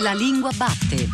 La lingua batte.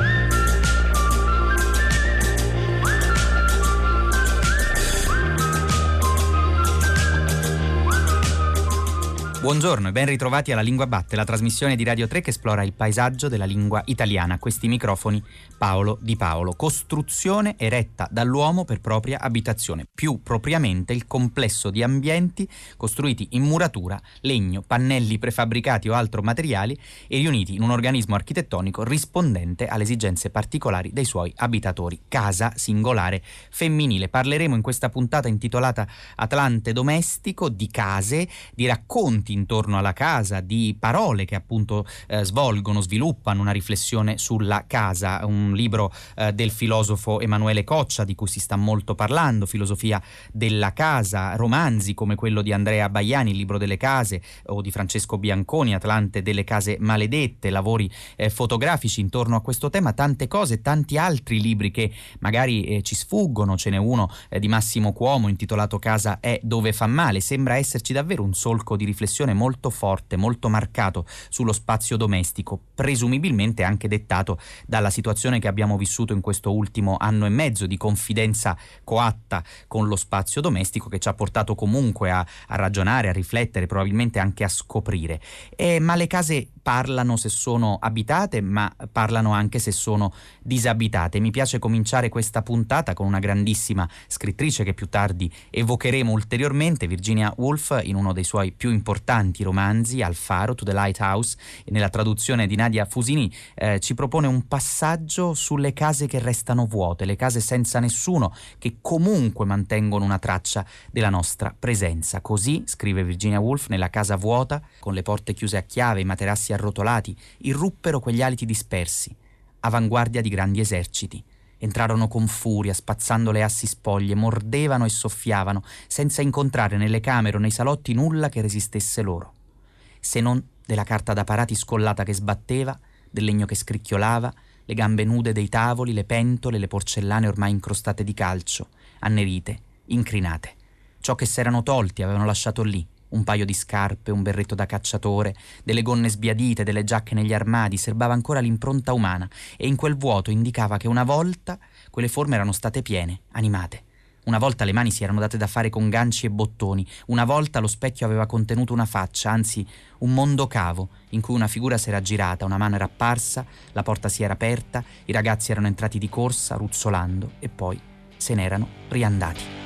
Buongiorno e ben ritrovati alla Lingua Batte, la trasmissione di Radio 3 che esplora il paesaggio della lingua italiana. A questi microfoni Paolo Di Paolo. Costruzione eretta dall'uomo per propria abitazione, più propriamente il complesso di ambienti costruiti in muratura, legno, pannelli prefabbricati o altro materiali e riuniti in un organismo architettonico rispondente alle esigenze particolari dei suoi abitatori. Casa singolare femminile. Parleremo in questa puntata intitolata Atlante domestico di case, di racconti intorno alla casa, di parole che appunto sviluppano una riflessione sulla casa. Un libro del filosofo Emanuele Coccia, di cui si sta molto parlando, Filosofia della casa, romanzi come quello di Andrea Baiani, Il libro delle case, o di Francesco Bianconi, Atlante delle case maledette, lavori fotografici intorno a questo tema, tante cose, tanti altri libri che magari ci sfuggono. Ce n'è uno di Massimo Cuomo intitolato Casa è dove fa male. Sembra esserci davvero un solco di riflessione molto forte, molto marcato sullo spazio domestico, presumibilmente anche dettato dalla situazione che abbiamo vissuto in questo ultimo anno e mezzo di confidenza coatta con lo spazio domestico, che ci ha portato comunque a ragionare, a riflettere, probabilmente anche a scoprire. Ma le case parlano se sono abitate, ma parlano anche se sono disabitate. Mi piace cominciare questa puntata con una grandissima scrittrice che più tardi evocheremo ulteriormente, Virginia Woolf, in uno dei suoi più importanti romanzi, Al faro, To the Lighthouse, e nella traduzione di Nadia Fusini ci propone un passaggio sulle case che restano vuote, le case senza nessuno, che comunque mantengono una traccia della nostra presenza. Così, scrive Virginia Woolf, nella casa vuota, con le porte chiuse a chiave, i materassi arrotolati, irruppero quegli aliti dispersi, avanguardia di grandi eserciti. Entrarono con furia, spazzando le assi spoglie, mordevano e soffiavano, senza incontrare nelle camere o nei salotti nulla che resistesse loro, se non della carta da parati scollata che sbatteva, del legno che scricchiolava, le gambe nude dei tavoli, le pentole, le porcellane ormai incrostate di calcio, annerite, incrinate. Ciò che s'erano tolti avevano lasciato lì, un paio di scarpe, un berretto da cacciatore, delle gonne sbiadite, delle giacche negli armadi, serbava ancora l'impronta umana, e in quel vuoto indicava che una volta quelle forme erano state piene, animate. Una volta le mani si erano date da fare con ganci e bottoni, una volta lo specchio aveva contenuto una faccia, anzi un mondo cavo, in cui una figura si era girata, una mano era apparsa, la porta si era aperta, i ragazzi erano entrati di corsa, ruzzolando, e poi se n'erano riandati.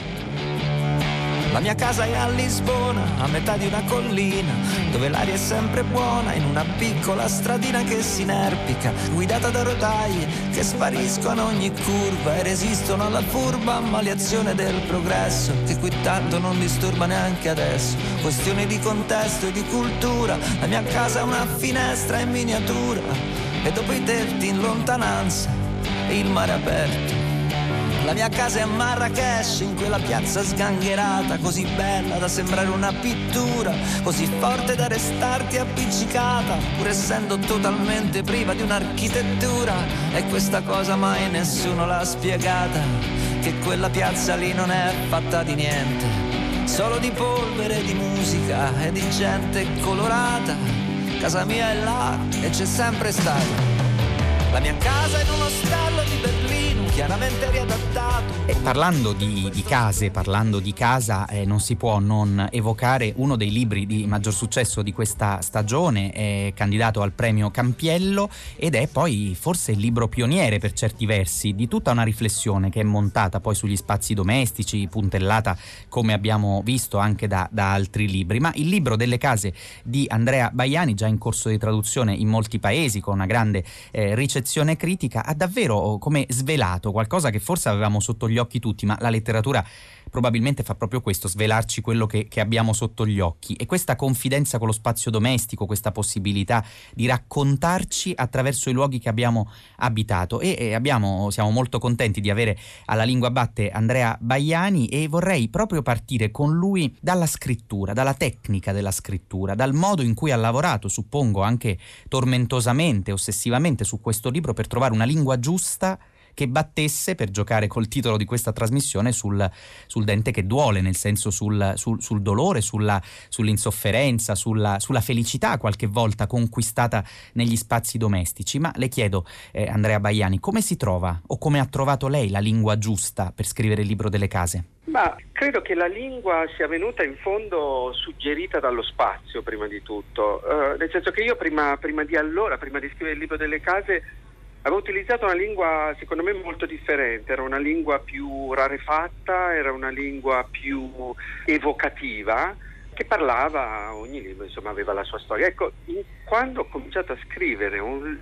La mia casa è a Lisbona, a metà di una collina, dove l'aria è sempre buona, in una piccola stradina che si inerpica, guidata da rotaie che spariscono a ogni curva e resistono alla furba ammaliazione del progresso, che qui tanto non disturba neanche adesso. Questioni di contesto e di cultura, la mia casa è una finestra in miniatura, e dopo i tetti in lontananza e il mare aperto. La mia casa è a Marrakesh, in quella piazza sgangherata, così bella da sembrare una pittura, così forte da restarti appiccicata, pur essendo totalmente priva di un'architettura. E questa cosa mai nessuno l'ha spiegata, che quella piazza lì non è fatta di niente, solo di polvere, di musica e di gente colorata. Casa mia è là e c'è sempre stata. La mia casa è in uno stallo di Berlino, chiaramente riadattato. E parlando di case, parlando di casa, non si può non evocare uno dei libri di maggior successo di questa stagione, candidato al premio Campiello, ed è poi forse il libro pioniere per certi versi di tutta una riflessione che è montata poi sugli spazi domestici, puntellata come abbiamo visto anche da altri libri. Ma il libro delle case di Andrea Baiani, già in corso di traduzione in molti paesi con una grande ricezione critica, ha davvero come svelato qualcosa che forse avevamo sotto gli occhi tutti, ma la letteratura probabilmente fa proprio questo, svelarci quello che abbiamo sotto gli occhi. E questa confidenza con lo spazio domestico, questa possibilità di raccontarci attraverso i luoghi che abbiamo abitato. E siamo molto contenti di avere alla Lingua Batte Andrea Baiani, e vorrei proprio partire con lui dalla scrittura, dalla tecnica della scrittura, dal modo in cui ha lavorato, suppongo anche tormentosamente, ossessivamente, su questo libro per trovare una lingua giusta che battesse, per giocare col titolo di questa trasmissione, sul dente che duole, nel senso sul dolore, sull'insofferenza, sulla felicità qualche volta conquistata negli spazi domestici. Ma le chiedo, Andrea Baiani, come si trova o come ha trovato lei la lingua giusta per scrivere il libro delle case? Ma credo che la lingua sia venuta in fondo suggerita dallo spazio, prima di tutto, nel senso che io prima di scrivere il libro delle case, avevo utilizzato una lingua secondo me molto differente. Era una lingua più rarefatta, era una lingua più evocativa, che parlava, ogni libro insomma aveva la sua storia. Ecco, quando ho cominciato a scrivere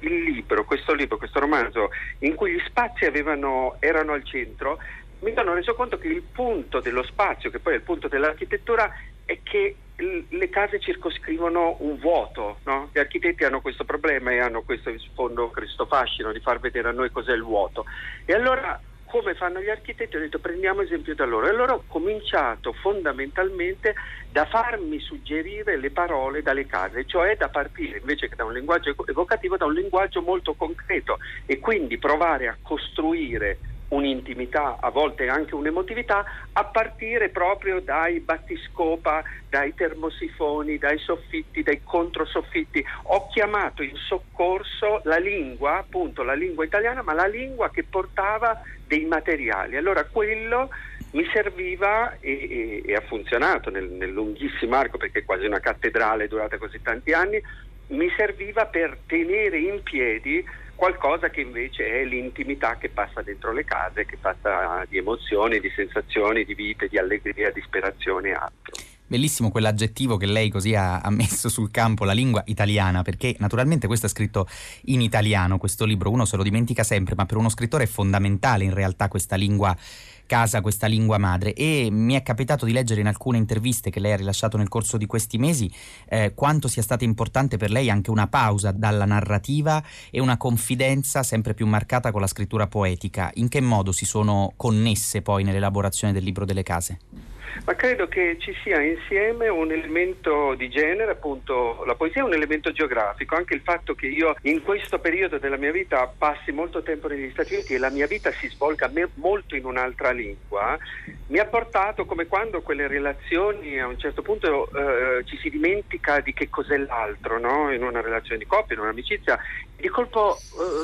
questo romanzo in cui gli spazi erano al centro, mi sono reso conto che il punto dello spazio, che poi è il punto dell'architettura, è che le case circoscrivono un vuoto, no? Gli architetti hanno questo problema e hanno questo in fondo questo fascino di far vedere a noi cos'è il vuoto. E allora, come fanno gli architetti, ho detto prendiamo esempio da loro. E allora ho cominciato fondamentalmente da farmi suggerire le parole dalle case, cioè da partire invece che da un linguaggio evocativo, da un linguaggio molto concreto, e quindi provare a costruire un'intimità, a volte anche un'emotività, a partire proprio dai battiscopa, dai termosifoni, dai soffitti, dai controsoffitti. Ho chiamato in soccorso la lingua, appunto la lingua italiana, ma la lingua che portava dei materiali. Allora quello mi serviva e ha funzionato nel lunghissimo arco, perché è quasi una cattedrale durata così tanti anni, mi serviva per tenere in piedi qualcosa che invece è l'intimità che passa dentro le case, che passa di emozioni, di sensazioni, di vite, di allegria, di ispirazione e altro. Bellissimo quell'aggettivo che lei così ha messo sul campo, la lingua italiana, perché naturalmente questo è scritto in italiano, questo libro, uno se lo dimentica sempre, ma per uno scrittore è fondamentale in realtà questa lingua casa, questa lingua madre. E mi è capitato di leggere in alcune interviste che lei ha rilasciato nel corso di questi mesi quanto sia stata importante per lei anche una pausa dalla narrativa e una confidenza sempre più marcata con la scrittura poetica. In che modo si sono connesse poi nell'elaborazione del libro delle case? Ma credo che ci sia insieme un elemento di genere, appunto la poesia è un elemento geografico, anche il fatto che io in questo periodo della mia vita passi molto tempo negli Stati Uniti e la mia vita si svolga molto in un'altra lingua, mi ha portato, come quando quelle relazioni a un certo punto ci si dimentica di che cos'è l'altro, no? In una relazione di coppia, in un'amicizia, di colpo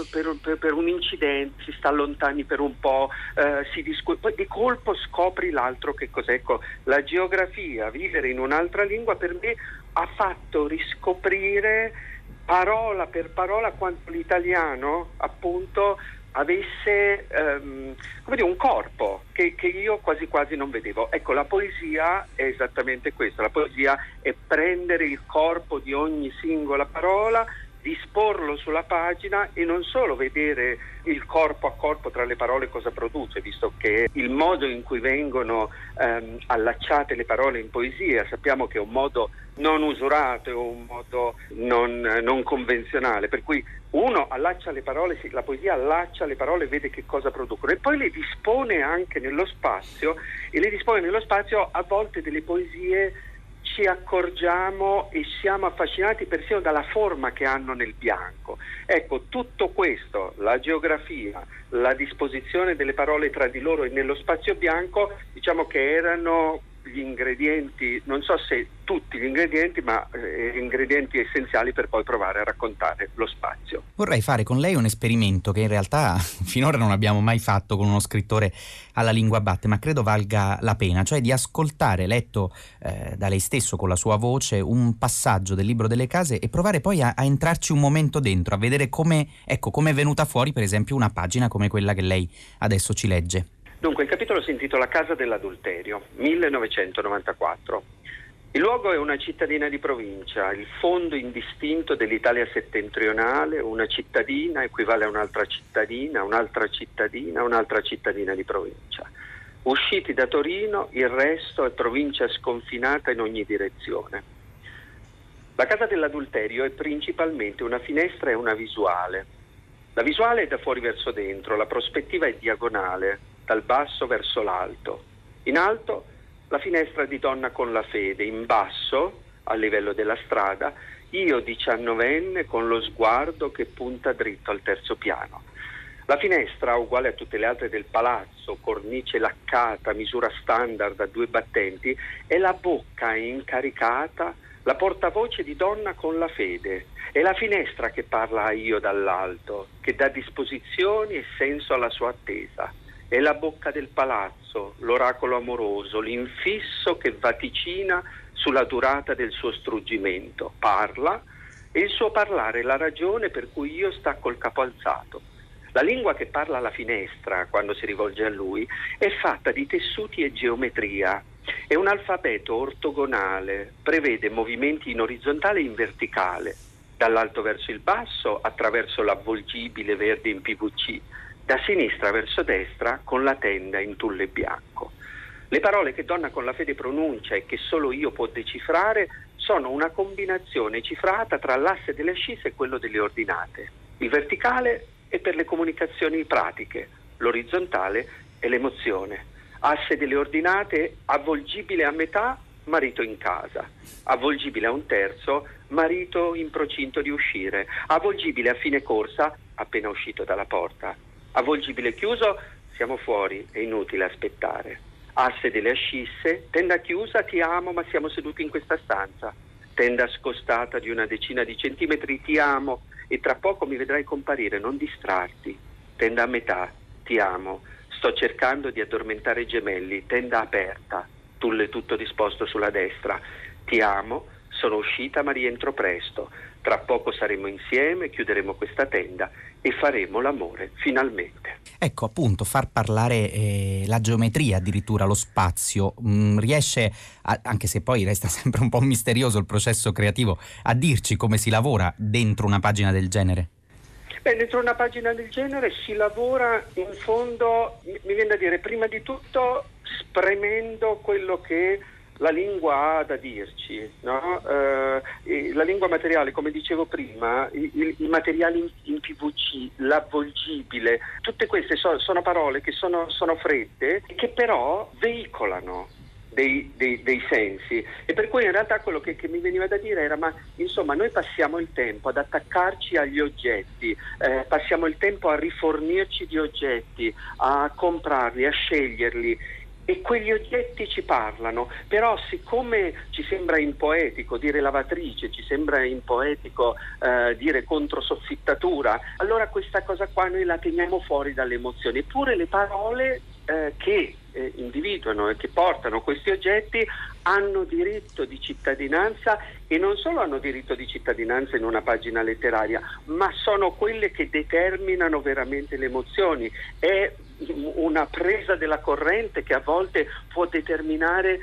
per un incidente si sta lontani per un po', si discute, poi di colpo scopri l'altro che cos'è. Ecco, la geografia, vivere in un'altra lingua per me ha fatto riscoprire parola per parola quanto l'italiano appunto avesse come dire, un corpo che io quasi quasi non vedevo. Ecco, la poesia è esattamente questo, la poesia è prendere il corpo di ogni singola parola, disporlo sulla pagina e non solo vedere il corpo a corpo tra le parole cosa produce, visto che il modo in cui vengono allacciate le parole in poesia sappiamo che è un modo non usurato, è un modo non convenzionale, per cui uno allaccia le parole, la poesia allaccia le parole e vede che cosa producono e poi le dispone anche nello spazio, e le dispone nello spazio a volte delle poesie ci accorgiamo e siamo affascinati persino dalla forma che hanno nel bianco. Ecco, tutto questo, la geografia, la disposizione delle parole tra di loro e nello spazio bianco, diciamo che erano gli ingredienti, non so se tutti gli ingredienti, ma ingredienti essenziali per poi provare a raccontare lo spazio. Vorrei fare con lei un esperimento che in realtà finora non abbiamo mai fatto con uno scrittore alla lingua batte, ma credo valga la pena, cioè di ascoltare, letto da lei stesso con la sua voce, un passaggio del libro delle case e provare poi a entrarci un momento dentro, a vedere come è venuta fuori per esempio una pagina come quella che lei adesso ci legge. Dunque, il capitolo si intitola Casa dell'adulterio, 1994. Il luogo è una cittadina di provincia, il fondo indistinto dell'Italia settentrionale, una cittadina equivale a un'altra cittadina, un'altra cittadina, un'altra cittadina di provincia. Usciti da Torino, il resto è provincia sconfinata in ogni direzione. La Casa dell'adulterio è principalmente una finestra e una visuale. La visuale è da fuori verso dentro, la prospettiva è diagonale, dal basso verso l'alto. In alto la finestra di Donna con la fede, in basso, a livello della strada, io 19enne con lo sguardo che punta dritto al terzo piano. La finestra, uguale a tutte le altre del palazzo, cornice laccata, misura standard a 2 battenti, è la bocca incaricata, la portavoce di donna con la fede. È la finestra che parla a io dall'alto, che dà disposizioni e senso alla sua attesa. È la bocca del palazzo, l'oracolo amoroso, l'infisso che vaticina sulla durata del suo struggimento. Parla, e il suo parlare è la ragione per cui io stacco il capo alzato. La lingua che parla alla finestra, quando si rivolge a lui, è fatta di tessuti e geometria. È un alfabeto ortogonale, prevede movimenti in orizzontale e in verticale, dall'alto verso il basso attraverso l'avvolgibile verde in PVC, da sinistra verso destra con la tenda in tulle bianco. Le parole che Donna con la fede pronuncia e che solo io può decifrare sono una combinazione cifrata tra l'asse delle ascisse e quello delle ordinate. Il verticale è per le comunicazioni pratiche, l'orizzontale è l'emozione. Asse delle ordinate, avvolgibile a metà, marito in casa. Avvolgibile a un terzo, marito in procinto di uscire. Avvolgibile a fine corsa, appena uscito dalla porta. Avvolgibile chiuso, siamo fuori, è inutile aspettare. Asse delle ascisse, tenda chiusa, ti amo ma siamo seduti in questa stanza. Tenda scostata di una decina di centimetri, ti amo e tra poco mi vedrai comparire, non distrarti. Tenda a metà, ti amo, sto cercando di addormentare i gemelli, tenda aperta, tulle tutto disposto sulla destra. Ti amo, sono uscita ma rientro presto. Tra poco saremo insieme, chiuderemo questa tenda e faremo l'amore finalmente. Ecco, appunto, far parlare la geometria, addirittura lo spazio, riesce, anche se poi resta sempre un po' misterioso il processo creativo, a dirci come si lavora dentro una pagina del genere? Beh, dentro una pagina del genere si lavora in fondo, mi viene da dire, prima di tutto spremendo quello che la lingua ha da dirci, no? La lingua materiale, come dicevo prima, i materiali in PVC, l'avvolgibile, tutte queste sono parole che sono fredde e che però veicolano dei sensi, e per cui in realtà quello che mi veniva da dire era: ma insomma, noi passiamo il tempo ad attaccarci agli oggetti, passiamo il tempo a rifornirci di oggetti, a comprarli, a sceglierli, e quegli oggetti ci parlano. Però siccome ci sembra impoetico dire lavatrice, ci sembra impoetico dire controsoffittatura, allora questa cosa qua noi la teniamo fuori dalle emozioni. Eppure le parole che individuano e che portano questi oggetti hanno diritto di cittadinanza, e non solo hanno diritto di cittadinanza in una pagina letteraria, ma sono quelle che determinano veramente le emozioni. È una presa della corrente che a volte può determinare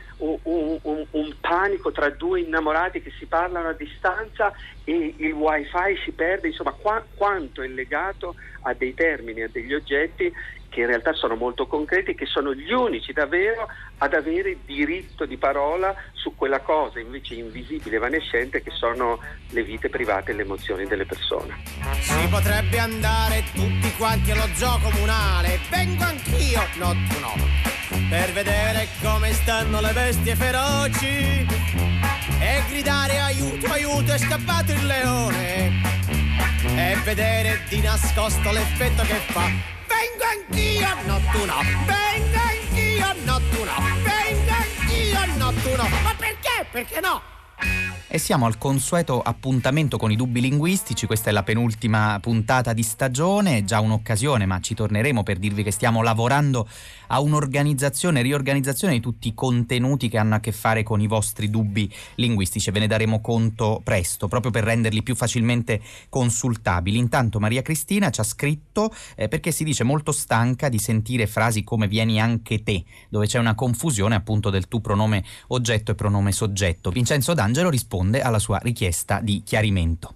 un panico tra due innamorati che si parlano a distanza e il wifi si perde. Insomma, quanto è legato a dei termini, a degli oggetti che in realtà sono molto concreti, che sono gli unici davvero ad avere diritto di parola su quella cosa invece invisibile e evanescente che sono le vite private e le emozioni delle persone. Si potrebbe andare tutti quanti allo zoo comunale, vengo anch'io, no tu no, per vedere come stanno le bestie feroci e gridare aiuto, aiuto, è scappato il leone, e vedere di nascosto l'effetto che fa. Vengo anch'io, no tu no, vengo anch'io, no tu no, vengo anch'io, no tu no. Ma perché? Perché no? E siamo al consueto appuntamento con i dubbi linguistici. Questa è la penultima puntata di stagione, già un'occasione, ma ci torneremo per dirvi che stiamo lavorando a un'organizzazione, riorganizzazione di tutti i contenuti che hanno a che fare con i vostri dubbi linguistici. Ve ne daremo conto presto, proprio per renderli più facilmente consultabili. Intanto Maria Cristina ci ha scritto perché si dice molto stanca di sentire frasi come vieni anche te, dove c'è una confusione appunto del tu pronome oggetto e pronome soggetto. Vincenzo D'Angelo risponde alla sua richiesta di chiarimento.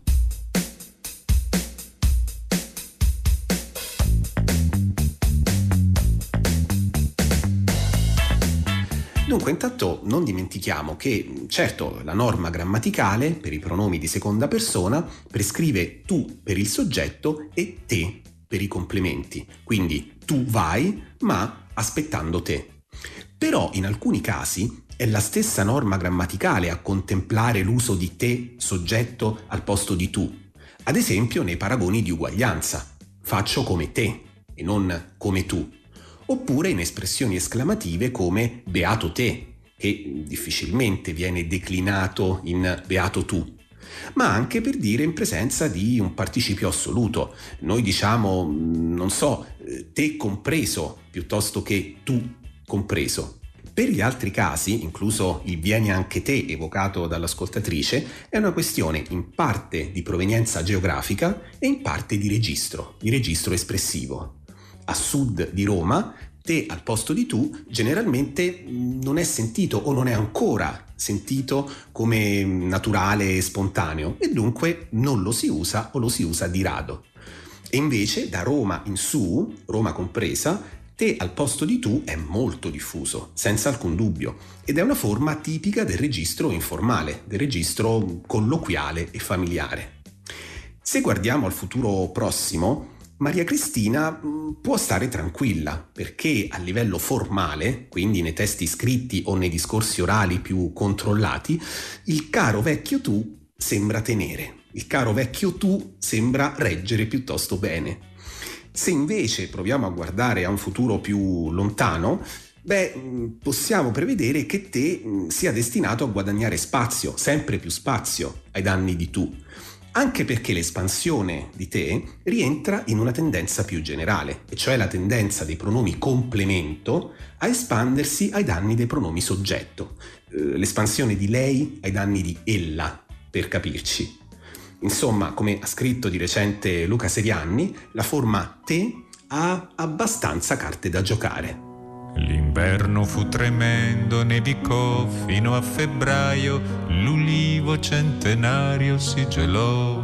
Dunque, intanto non dimentichiamo che, certo, la norma grammaticale per i pronomi di seconda persona prescrive tu per il soggetto e te per i complementi. Quindi tu vai, ma aspettando te. Però in alcuni casi è la stessa norma grammaticale a contemplare l'uso di te, soggetto, al posto di tu. Ad esempio nei paragoni di uguaglianza. Faccio come te. e non come tu, oppure in espressioni esclamative come beato te, che difficilmente viene declinato in beato tu, ma anche per dire in presenza di un participio assoluto. Noi diciamo, non so, te compreso, piuttosto che tu compreso. Per gli altri casi, incluso il vieni anche te evocato dall'ascoltatrice, è una questione in parte di provenienza geografica e in parte di registro espressivo. A sud di Roma, te al posto di tu generalmente non è sentito o non è ancora sentito come naturale e spontaneo, e dunque non lo si usa o lo si usa di rado. E invece da Roma in su, Roma compresa, te al posto di tu è molto diffuso, senza alcun dubbio, ed è una forma tipica del registro informale, del registro colloquiale e familiare. Se guardiamo al futuro prossimo, Maria Cristina può stare tranquilla, perché a livello formale, quindi nei testi scritti o nei discorsi orali più controllati, il caro vecchio tu sembra tenere, il caro vecchio tu sembra reggere piuttosto bene. Se invece proviamo a guardare a un futuro più lontano, possiamo prevedere che te sia destinato a guadagnare spazio, sempre più spazio, ai danni di tu, anche perché l'espansione di te rientra in una tendenza più generale, e cioè la tendenza dei pronomi complemento a espandersi ai danni dei pronomi soggetto, l'espansione di lei ai danni di ella, per capirci. Insomma, come ha scritto di recente Luca Serianni, la forma te ha abbastanza carte da giocare. L'inverno fu tremendo, nevicò fino a febbraio, l'ulivo centenario si gelò.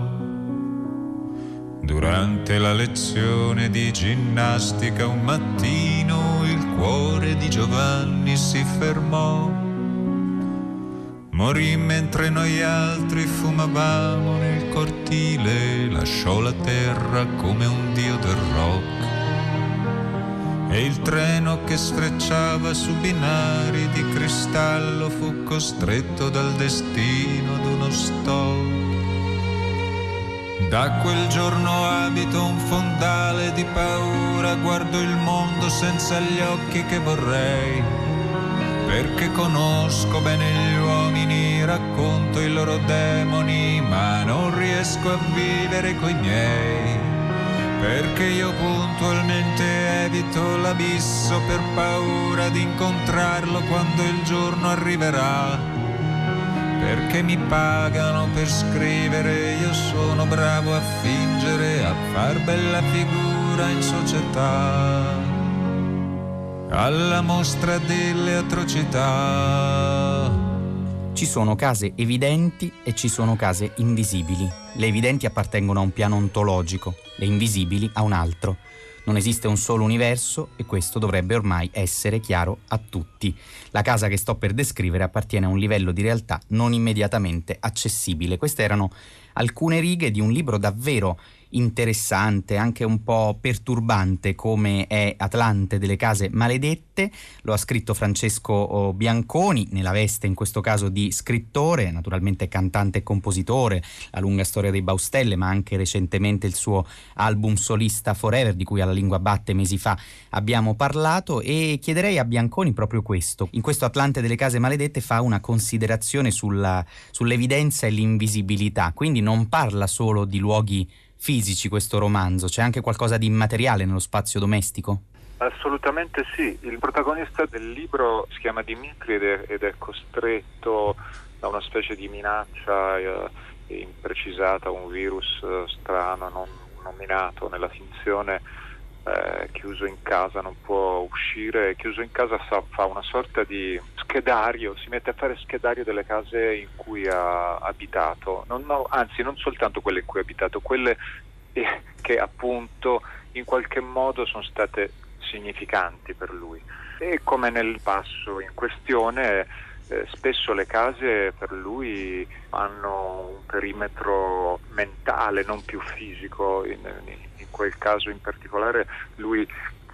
Durante la lezione di ginnastica un mattino il cuore di Giovanni si fermò. Morì mentre noi altri fumavamo nel cortile, lasciò la terra come un dio del rock. E il treno che sfrecciava su binari di cristallo fu costretto dal destino ad uno stop. Da quel giorno abito un fondale di paura, guardo il mondo senza gli occhi che vorrei, perché conosco bene gli uomini, racconto i loro demoni, ma non riesco a vivere coi miei, perché io puntualmente evito l'abisso per paura di incontrarlo quando il giorno arriverà, perché mi pagano per scrivere, io sono bravo a fingere, a far bella figura in società, alla mostra delle atrocità. Ci sono case evidenti e ci sono case invisibili. Le evidenti appartengono a un piano ontologico, le invisibili a un altro. Non esiste un solo universo e questo dovrebbe ormai essere chiaro a tutti. La casa che sto per descrivere appartiene a un livello di realtà non immediatamente accessibile. Queste erano alcune righe di un libro davvero interessante, anche un po' perturbante, come è Atlante delle case maledette. Lo ha scritto Francesco Bianconi, nella veste in questo caso di scrittore, naturalmente cantante e compositore, La lunga storia dei Baustelle, ma anche recentemente il suo album solista Forever, di cui alla Lingua Batte mesi fa abbiamo parlato. E chiederei a Bianconi proprio questo. In questo Atlante delle case maledette fa una considerazione sull'evidenza e l'invisibilità, quindi non parla solo di luoghi fisici questo romanzo, c'è anche qualcosa di immateriale nello spazio domestico? Assolutamente sì, il protagonista del libro si chiama Dimitri ed è costretto da una specie di minaccia imprecisata, un virus strano non nominato nella finzione, chiuso in casa, non può uscire, chiuso in casa fa una sorta di schedario, si mette a fare schedario delle case in cui ha abitato, anzi non soltanto quelle in cui ha abitato, quelle che appunto in qualche modo sono state significanti per lui. E come nel passo in questione, spesso le case per lui hanno un perimetro mentale, non più fisico. In quel caso in particolare lui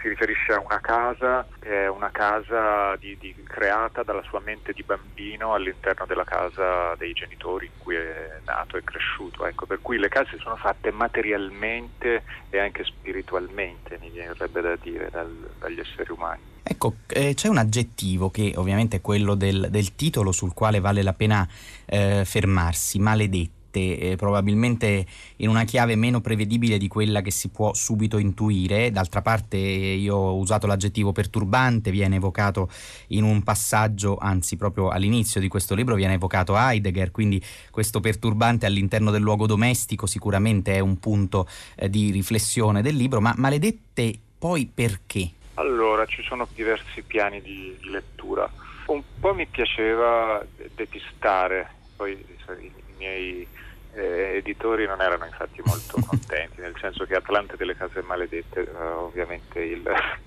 si riferisce a una casa che è una casa creata dalla sua mente di bambino all'interno della casa dei genitori in cui è nato e cresciuto, ecco, per cui le case sono fatte materialmente e anche spiritualmente, mi verrebbe da dire, dagli esseri umani. Ecco, c'è un aggettivo che ovviamente è quello del titolo sul quale vale la pena fermarsi, maledette, probabilmente in una chiave meno prevedibile di quella che si può subito intuire. D'altra parte io ho usato l'aggettivo perturbante, viene evocato in un passaggio, anzi proprio all'inizio di questo libro viene evocato Heidegger, quindi questo perturbante all'interno del luogo domestico sicuramente è un punto di riflessione del libro, ma maledette poi perché? Allora, ci sono diversi piani di lettura. Un po' mi piaceva depistare, poi i miei editori non erano infatti molto contenti, nel senso che Atlante delle case maledette, ovviamente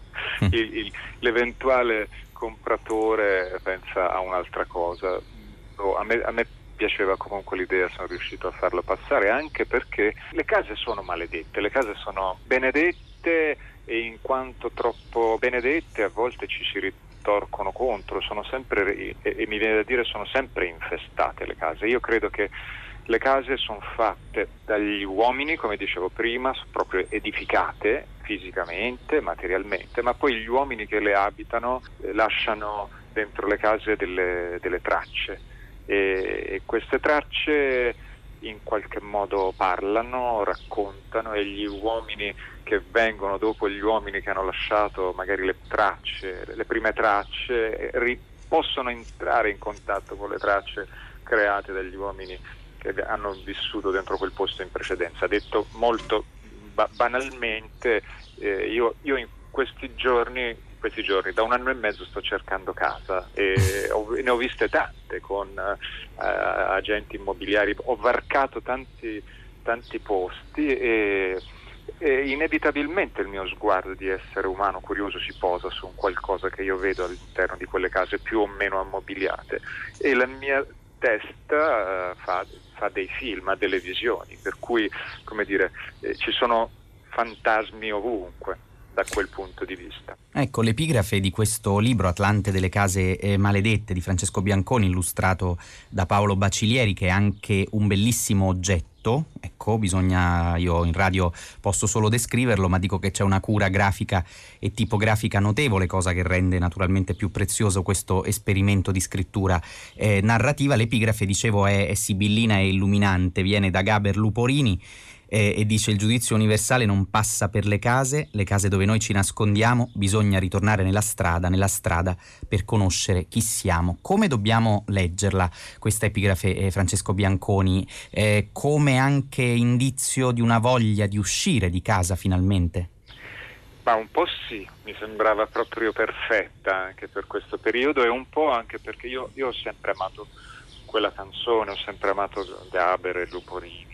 l'eventuale compratore pensa a un'altra cosa. A me piaceva comunque l'idea, sono riuscito a farlo passare, anche perché le case sono maledette, le case sono benedette e in quanto troppo benedette a volte ci si ritorcono contro, sono sempre, e mi viene da dire, sono sempre infestate le case. Io credo che le case sono fatte dagli uomini, come dicevo prima, proprio edificate fisicamente, materialmente, ma poi gli uomini che le abitano lasciano dentro le case delle tracce, e queste tracce in qualche modo parlano, raccontano, e gli uomini che vengono dopo gli uomini che hanno lasciato magari le prime tracce, possono entrare in contatto con le tracce create dagli uomini che hanno vissuto dentro quel posto in precedenza. Detto molto banalmente, io in questi giorni, da 1 anno e mezzo sto cercando casa e ne ho viste tante con agenti immobiliari, ho varcato tanti posti e inevitabilmente il mio sguardo di essere umano curioso si posa su un qualcosa che io vedo all'interno di quelle case più o meno ammobiliate, e la mia testa fa dei film, ha delle visioni, per cui, come dire, ci sono fantasmi ovunque da quel punto di vista. Ecco, l'epigrafe di questo libro, Atlante delle case maledette, di Francesco Bianconi, illustrato da Paolo Bacilieri, che è anche un bellissimo oggetto. Ecco, io in radio posso solo descriverlo, ma dico che c'è una cura grafica e tipografica notevole, cosa che rende naturalmente più prezioso questo esperimento di scrittura narrativa. L'epigrafe, dicevo, è sibillina e illuminante, viene da Gaber Luporini e dice: il giudizio universale non passa per le case dove noi ci nascondiamo, bisogna ritornare nella strada per conoscere chi siamo. Come dobbiamo leggerla questa epigrafe, Francesco Bianconi, come anche indizio di una voglia di uscire di casa finalmente? Ma un po' sì, mi sembrava proprio perfetta anche per questo periodo, e un po' anche perché io ho sempre amato quella canzone, ho sempre amato Gaber e Luporini.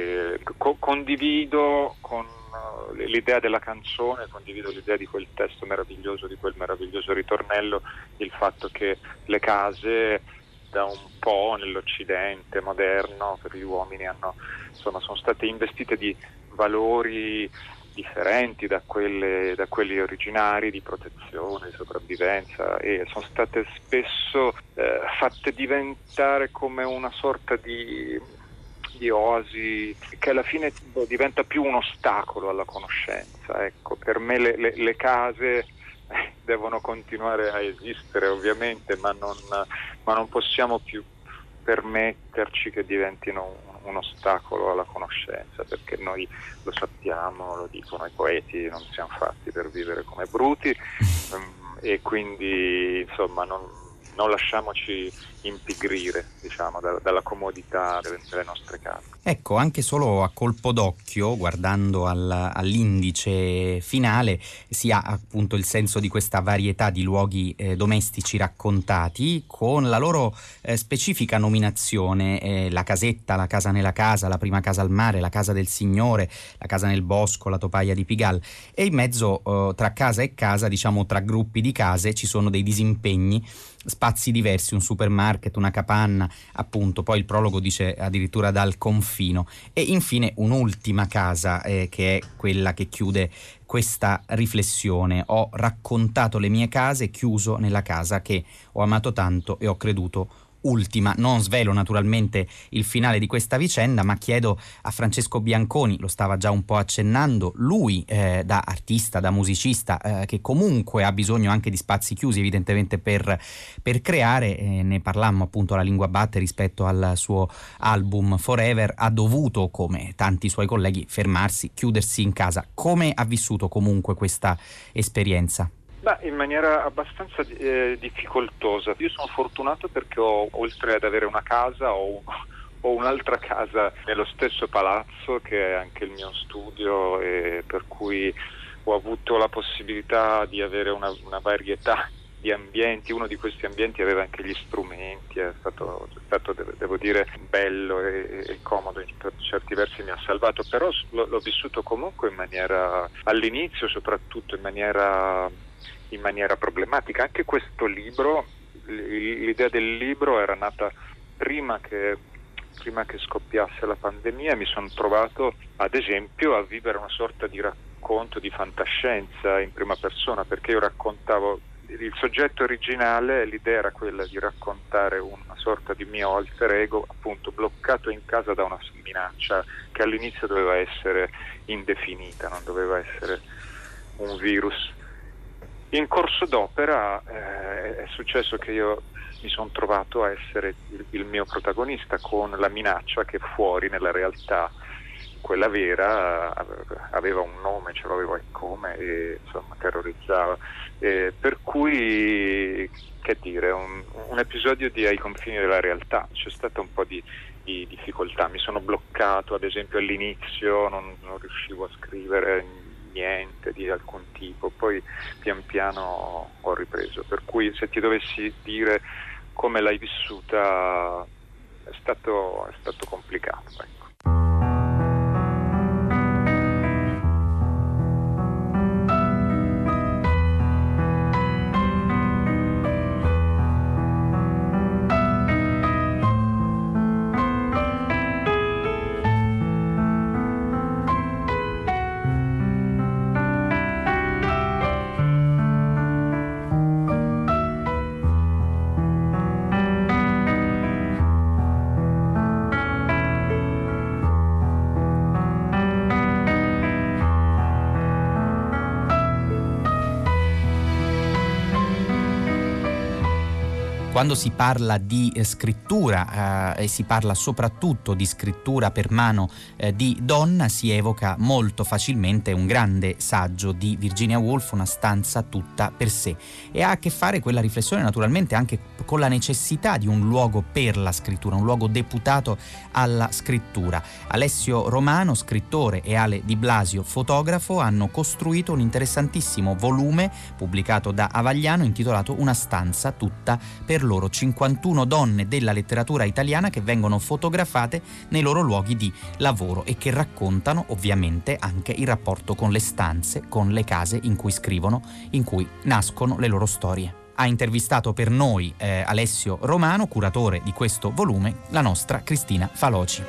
Condivido con l'idea della canzone, condivido l'idea di quel testo meraviglioso, di quel meraviglioso ritornello, il fatto che le case da un po' nell'Occidente moderno per gli uomini sono state investite di valori differenti da quelli originari di protezione, di sopravvivenza, e sono state spesso fatte diventare come una sorta di oasi che alla fine diventa più un ostacolo alla conoscenza. Ecco, per me le case devono continuare a esistere ovviamente, ma non possiamo più permetterci che diventino un ostacolo alla conoscenza, perché noi lo sappiamo, lo dicono i poeti, non siamo fatti per vivere come bruti, e quindi insomma non lasciamoci impigrire, diciamo, dalla comodità delle nostre case. Ecco, anche solo a colpo d'occhio, guardando all'indice finale, si ha appunto il senso di questa varietà di luoghi domestici raccontati, con la loro specifica nominazione, la casetta, la casa nella casa, la prima casa al mare, la casa del signore, la casa nel bosco, la topaia di Pigalle, e in mezzo tra casa e casa, diciamo tra gruppi di case, ci sono dei disimpegni, spazi spazi diversi, un supermarket, una capanna, appunto, poi il prologo dice addirittura dal confino, e infine un'ultima casa che è quella che chiude questa riflessione: ho raccontato le mie case, chiuso nella casa che ho amato tanto e ho creduto ultima. Non svelo naturalmente il finale di questa vicenda, ma chiedo a Francesco Bianconi, lo stava già un po' accennando, lui da artista, da musicista, che comunque ha bisogno anche di spazi chiusi evidentemente per creare, ne parlammo appunto alla Lingua Batte rispetto al suo album Forever, ha dovuto, come tanti suoi colleghi, fermarsi, chiudersi in casa. Come ha vissuto comunque questa esperienza? In maniera abbastanza difficoltosa. Io sono fortunato perché oltre ad avere una casa, ho un'altra casa nello stesso palazzo che è anche il mio studio, e per cui ho avuto la possibilità di avere una varietà di ambienti. Uno di questi ambienti aveva anche gli strumenti, è stato devo dire, bello e comodo, per certi versi mi ha salvato, però l'ho vissuto comunque in maniera, all'inizio soprattutto in maniera problematica. Anche questo libro, l'idea del libro era nata prima che scoppiasse la pandemia. Mi sono trovato ad esempio a vivere una sorta di racconto di fantascienza in prima persona, perché io raccontavo il soggetto originale, l'idea era quella di raccontare una sorta di mio alter ego, appunto bloccato in casa da una minaccia che all'inizio doveva essere indefinita, non doveva essere un virus. In corso d'opera è successo che io mi sono trovato a essere il mio protagonista, con la minaccia che fuori nella realtà, quella vera, aveva un nome, ce l'aveva e come, e insomma terrorizzava. Per cui, che dire, un episodio ai confini della realtà. C'è stata un po' di difficoltà, mi sono bloccato, ad esempio all'inizio non riuscivo a scrivere niente di alcun tipo, poi pian piano ho ripreso, per cui se ti dovessi dire come l'hai vissuta è stato complicato, ecco. Quando si parla di scrittura e si parla soprattutto di scrittura per mano di donna, si evoca molto facilmente un grande saggio di Virginia Woolf, Una stanza tutta per sé, e ha a che fare quella riflessione naturalmente anche con la necessità di un luogo per la scrittura, un luogo deputato alla scrittura. Alessio Romano, scrittore, e Ale Di Blasio, fotografo, hanno costruito un interessantissimo volume pubblicato da Avagliano intitolato Una stanza tutta per loro, 51 donne della letteratura italiana che vengono fotografate nei loro luoghi di lavoro e che raccontano ovviamente anche il rapporto con le stanze, con le case in cui scrivono, in cui nascono le loro storie. Ha intervistato per noi Alessio Romano, curatore di questo volume, la nostra Cristina Faloci.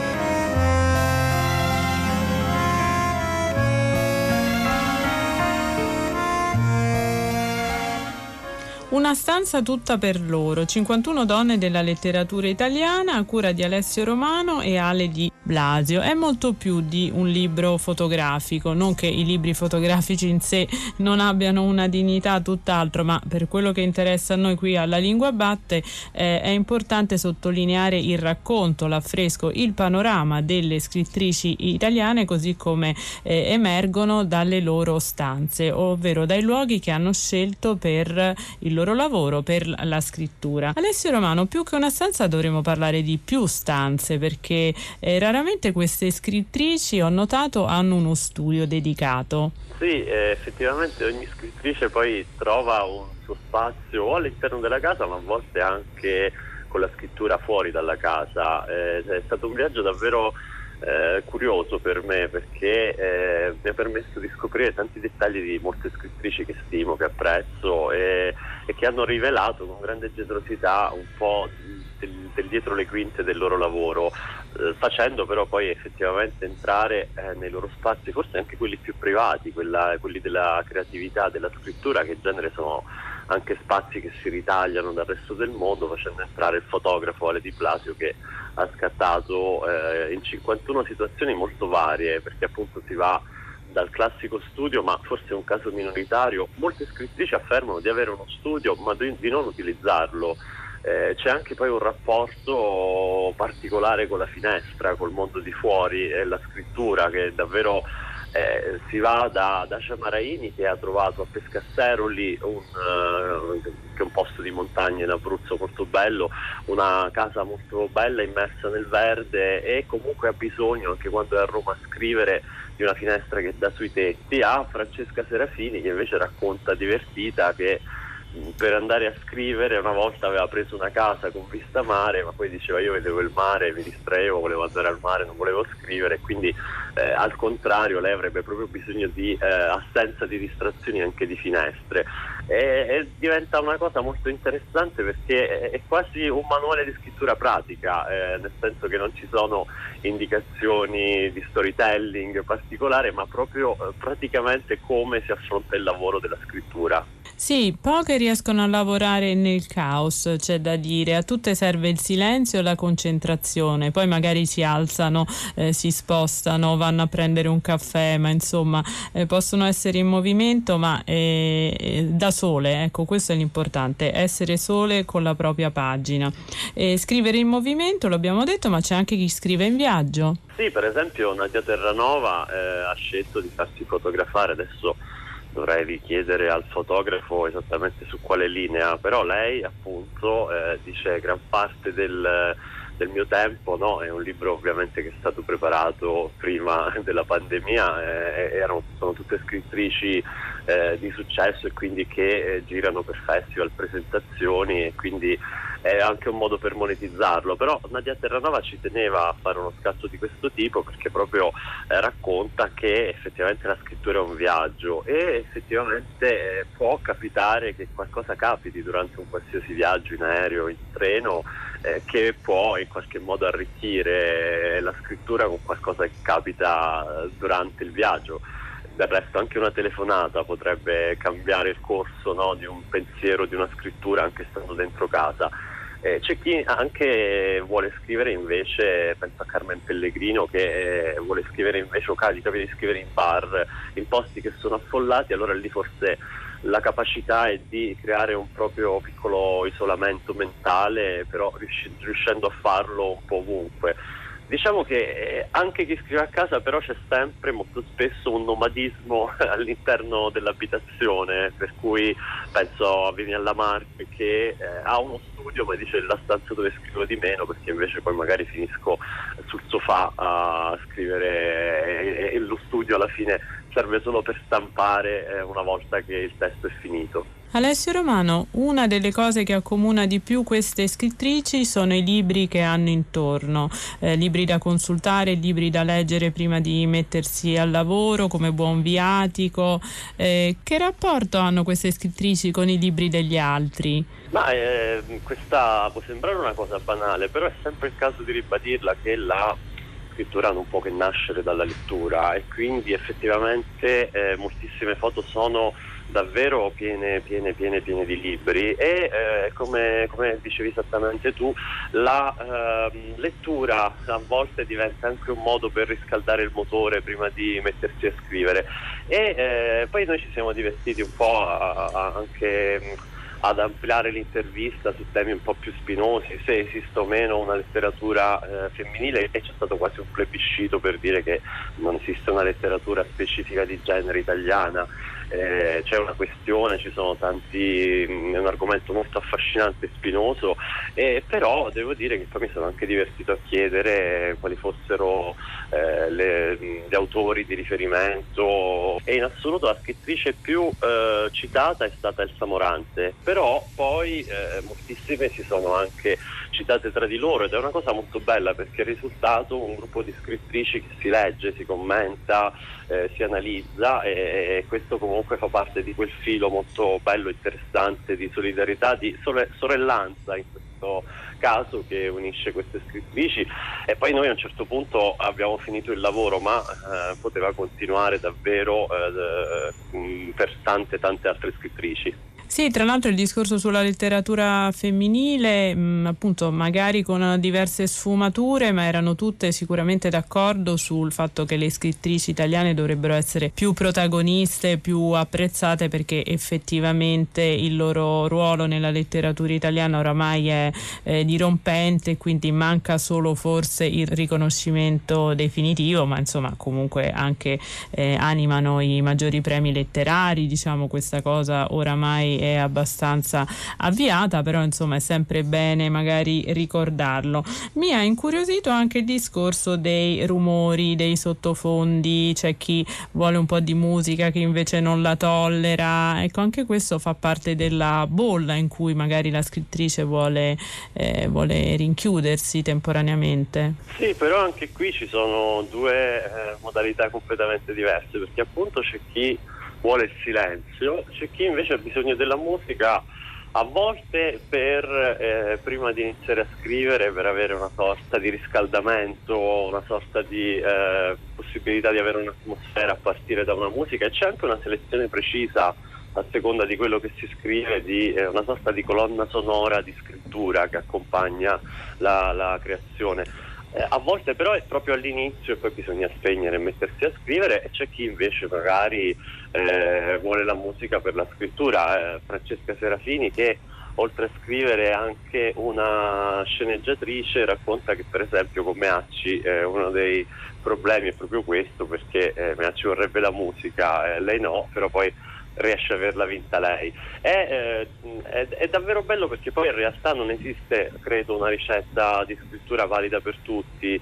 Una stanza tutta per loro, 51 donne della letteratura italiana, a cura di Alessio Romano e Ale Di Blasio. È molto più di un libro fotografico, non che i libri fotografici in sé non abbiano una dignità tutt'altro, ma per quello che interessa a noi qui alla Lingua Batte è importante sottolineare il racconto, l'affresco, il panorama delle scrittrici italiane così come emergono dalle loro stanze, ovvero dai luoghi che hanno scelto per il loro lavoro, per la scrittura. Alessio Romano, più che una stanza dovremmo parlare di più stanze, perché raramente queste scrittrici, ho notato, hanno uno studio dedicato. Sì, effettivamente ogni scrittrice poi trova un suo spazio o all'interno della casa, ma a volte anche con la scrittura fuori dalla casa. È stato un viaggio davvero curioso per me, perché mi ha permesso di scoprire tanti dettagli di molte scrittrici che stimo, che apprezzo e che hanno rivelato con grande generosità un po' del dietro le quinte del loro lavoro, facendo però poi effettivamente entrare nei loro spazi, forse anche quelli più privati, quelli della creatività, della scrittura, che in genere sono anche spazi che si ritagliano dal resto del mondo, facendo entrare il fotografo Ale Di Blasio, che ha scattato in 51 situazioni molto varie, perché appunto si va dal classico studio, ma forse è un caso minoritario. Molte scrittrici affermano di avere uno studio ma di non utilizzarlo. C'è anche poi un rapporto particolare con la finestra, col mondo di fuori, e la scrittura che davvero si va da Ciamaraini, che ha trovato a Pescasseroli, che è un posto di montagna in Abruzzo molto bello, una casa molto bella immersa nel verde, e comunque ha bisogno, anche quando è a Roma a scrivere, di una finestra che dà sui tetti, a Francesca Serafini, che invece racconta divertita che per andare a scrivere una volta aveva preso una casa con vista mare, ma poi diceva io vedevo il mare, mi distraevo, volevo andare al mare, non volevo scrivere, quindi al contrario lei avrebbe proprio bisogno di assenza di distrazioni, anche di finestre, e diventa una cosa molto interessante, perché è quasi un manuale di scrittura pratica, nel senso che non ci sono indicazioni di storytelling particolare, ma proprio praticamente come si affronta il lavoro della scrittura. Sì, poche riescono a lavorare nel caos, c'è da dire. A tutte serve il silenzio e la concentrazione. Poi magari si alzano, si spostano, vanno a prendere un caffè, ma insomma possono essere in movimento, ma da sole. Ecco, questo è l'importante, essere sole con la propria pagina. Scrivere in movimento, l'abbiamo detto, ma c'è anche chi scrive in viaggio. Sì, per esempio Nadia Terranova ha scelto di farsi fotografare. Adesso dovrei richiedere al fotografo esattamente su quale linea, però lei appunto dice gran parte del mio tempo, no? È un libro ovviamente che è stato preparato prima della pandemia, sono tutte scrittrici di successo, e quindi che girano per festival, presentazioni, e quindi è anche un modo per monetizzarlo. Però Nadia Terranova ci teneva a fare uno scatto di questo tipo, perché proprio racconta che effettivamente la scrittura è un viaggio, e effettivamente può capitare che qualcosa capiti durante un qualsiasi viaggio, in aereo, in treno, che può in qualche modo arricchire la scrittura con qualcosa che capita durante il viaggio. Del resto anche una telefonata potrebbe cambiare il corso, no, di un pensiero, di una scrittura, anche stando dentro casa. C'è chi anche vuole scrivere invece, penso a Carmen Pellegrino, che vuole scrivere invece, o capita di scrivere in bar, in posti che sono affollati. Allora lì forse la capacità è di creare un proprio piccolo isolamento mentale, però riuscendo a farlo un po' ovunque. Diciamo che anche chi scrive a casa però c'è sempre, molto spesso, un nomadismo all'interno dell'abitazione, per cui penso a Vivian Lamarck, che ha uno studio, ma dice la stanza dove scrivo di meno, perché invece poi magari finisco sul sofà a scrivere, e lo studio alla fine serve solo per stampare una volta che il testo è finito. Alessio Romano, una delle cose che accomuna di più queste scrittrici sono i libri che hanno intorno, libri da consultare, libri da leggere prima di mettersi al lavoro come buon viatico. Che rapporto hanno queste scrittrici con i libri degli altri? Ma questa può sembrare una cosa banale, però è sempre il caso di ribadirla, che la scrittura non può che nascere dalla lettura, e quindi effettivamente moltissime foto sono davvero piene di libri, e come dicevi esattamente tu, la lettura a volte diventa anche un modo per riscaldare il motore prima di mettersi a scrivere, e poi noi ci siamo divertiti un po' anche ad ampliare l'intervista su temi un po' più spinosi, se esiste o meno una letteratura femminile, e c'è stato quasi un plebiscito per dire che non esiste una letteratura specifica di genere italiana. c'è una questione, ci sono tanti, è un argomento molto affascinante e spinoso, però devo dire che poi mi sono anche divertito a chiedere quali fossero gli autori di riferimento, e in assoluto la scrittrice più citata è stata Elsa Morante, però poi moltissime si sono anche citate tra di loro, ed è una cosa molto bella perché è risultato un gruppo di scrittrici che si legge, si commenta, si analizza, e questo comunque fa parte di quel filo molto bello, interessante di solidarietà, di sorellanza in questo caso, che unisce queste scrittrici. E poi noi a un certo punto abbiamo finito il lavoro, ma poteva continuare davvero per tante altre scrittrici. Sì, tra l'altro il discorso sulla letteratura femminile, appunto magari con diverse sfumature, ma erano tutte sicuramente d'accordo sul fatto che le scrittrici italiane dovrebbero essere più protagoniste, più apprezzate, perché effettivamente il loro ruolo nella letteratura italiana oramai è dirompente, quindi manca solo forse il riconoscimento definitivo, ma insomma comunque anche animano i maggiori premi letterari, diciamo, questa cosa oramai è abbastanza avviata, però insomma è sempre bene magari ricordarlo. Mi ha incuriosito anche il discorso dei rumori, dei sottofondi, c'è chi vuole un po' di musica, chi invece non la tollera, ecco, anche questo fa parte della bolla in cui magari la scrittrice vuole rinchiudersi temporaneamente. Sì, però anche qui ci sono due modalità completamente diverse, perché appunto c'è chi vuole il silenzio, c'è chi invece ha bisogno della musica, a volte per prima di iniziare a scrivere, per avere una sorta di riscaldamento, una sorta di possibilità di avere un'atmosfera a partire da una musica, e c'è anche una selezione precisa a seconda di quello che si scrive, di una sorta di colonna sonora di scrittura che accompagna la creazione. A volte però è proprio all'inizio e poi bisogna spegnere e mettersi a scrivere, e c'è chi invece magari vuole la musica per la scrittura. Francesca Serafini, che oltre a scrivere è anche una sceneggiatrice, racconta che per esempio con Meacci uno dei problemi è proprio questo, perché Meacci vorrebbe la musica, lei no, però poi riesce a averla vinta lei. È davvero bello, perché poi in realtà non esiste, credo, una ricetta di scrittura valida per tutti.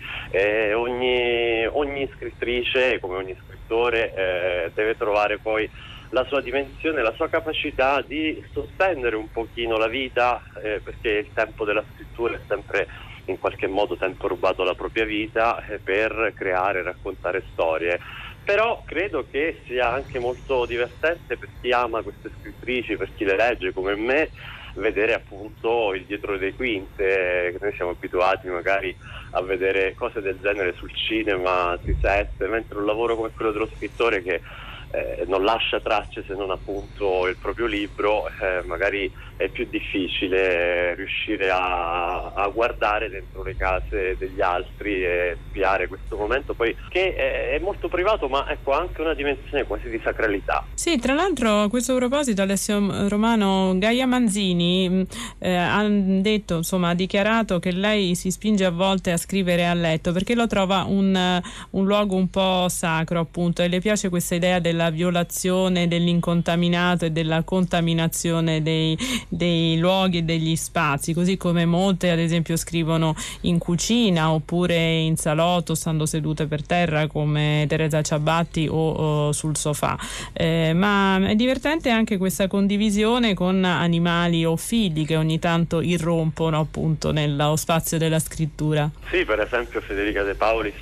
Ogni scrittrice, come ogni scrittore, deve trovare poi la sua dimensione, la sua capacità di sospendere un pochino la vita, perché il tempo della scrittura è sempre in qualche modo tempo rubato alla propria vita, per creare e raccontare storie. Però credo che sia anche molto divertente per chi ama queste scrittrici, per chi le legge come me, vedere appunto il dietro le quinte, che noi siamo abituati magari a vedere cose del genere sul cinema, sui set, mentre un lavoro come quello dello scrittore, che non lascia tracce se non appunto il proprio libro, magari è più difficile riuscire a guardare dentro le case degli altri e spiare questo momento poi che è molto privato, ma ecco anche una dimensione quasi di sacralità. Sì, tra l'altro a questo proposito Alessio Romano, Gaia Manzini ha detto, insomma ha dichiarato che lei si spinge a volte a scrivere a letto perché lo trova un luogo un po' sacro, appunto, e le piace questa idea della violazione dell'incontaminato e della contaminazione dei luoghi e degli spazi, così come molte ad esempio scrivono in cucina oppure in salotto stando sedute per terra come Teresa Ciabatti o sul sofà, ma è divertente anche questa condivisione con animali o figli che ogni tanto irrompono appunto nello spazio della scrittura. Sì, per esempio Federica De Paulis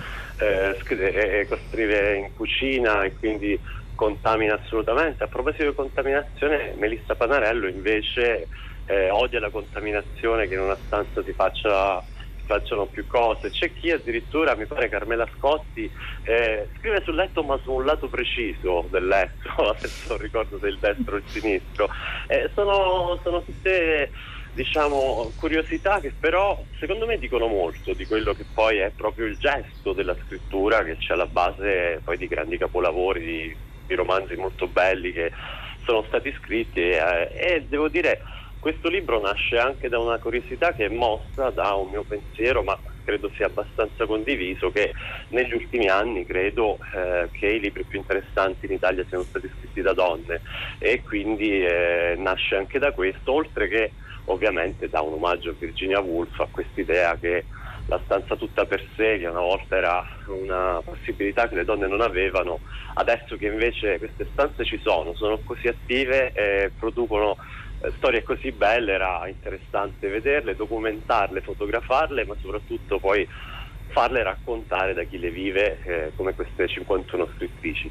scrive in cucina e quindi contamina assolutamente. A proposito di contaminazione, Melissa Panarello invece odia la contaminazione, che in una stanza si facciano più cose. C'è chi addirittura, mi pare Carmela Scotti, scrive sul letto ma su un lato preciso del letto, adesso non ricordo se il destro o il sinistro. Sono tutte, diciamo, curiosità che però secondo me dicono molto di quello che poi è proprio il gesto della scrittura, che c'è alla base poi di grandi capolavori, di romanzi molto belli che sono stati scritti, e devo dire questo libro nasce anche da una curiosità che è mossa da un mio pensiero, ma credo sia abbastanza condiviso, che negli ultimi anni credo che i libri più interessanti in Italia siano stati scritti da donne, e quindi nasce anche da questo, oltre che ovviamente da un omaggio a Virginia Woolf, a quest'idea che la stanza tutta per sé, che una volta era una possibilità che le donne non avevano, adesso che invece queste stanze ci sono così attive e producono storie così belle, era interessante vederle, documentarle, fotografarle, ma soprattutto poi farle raccontare da chi le vive, come queste 51 scrittrici.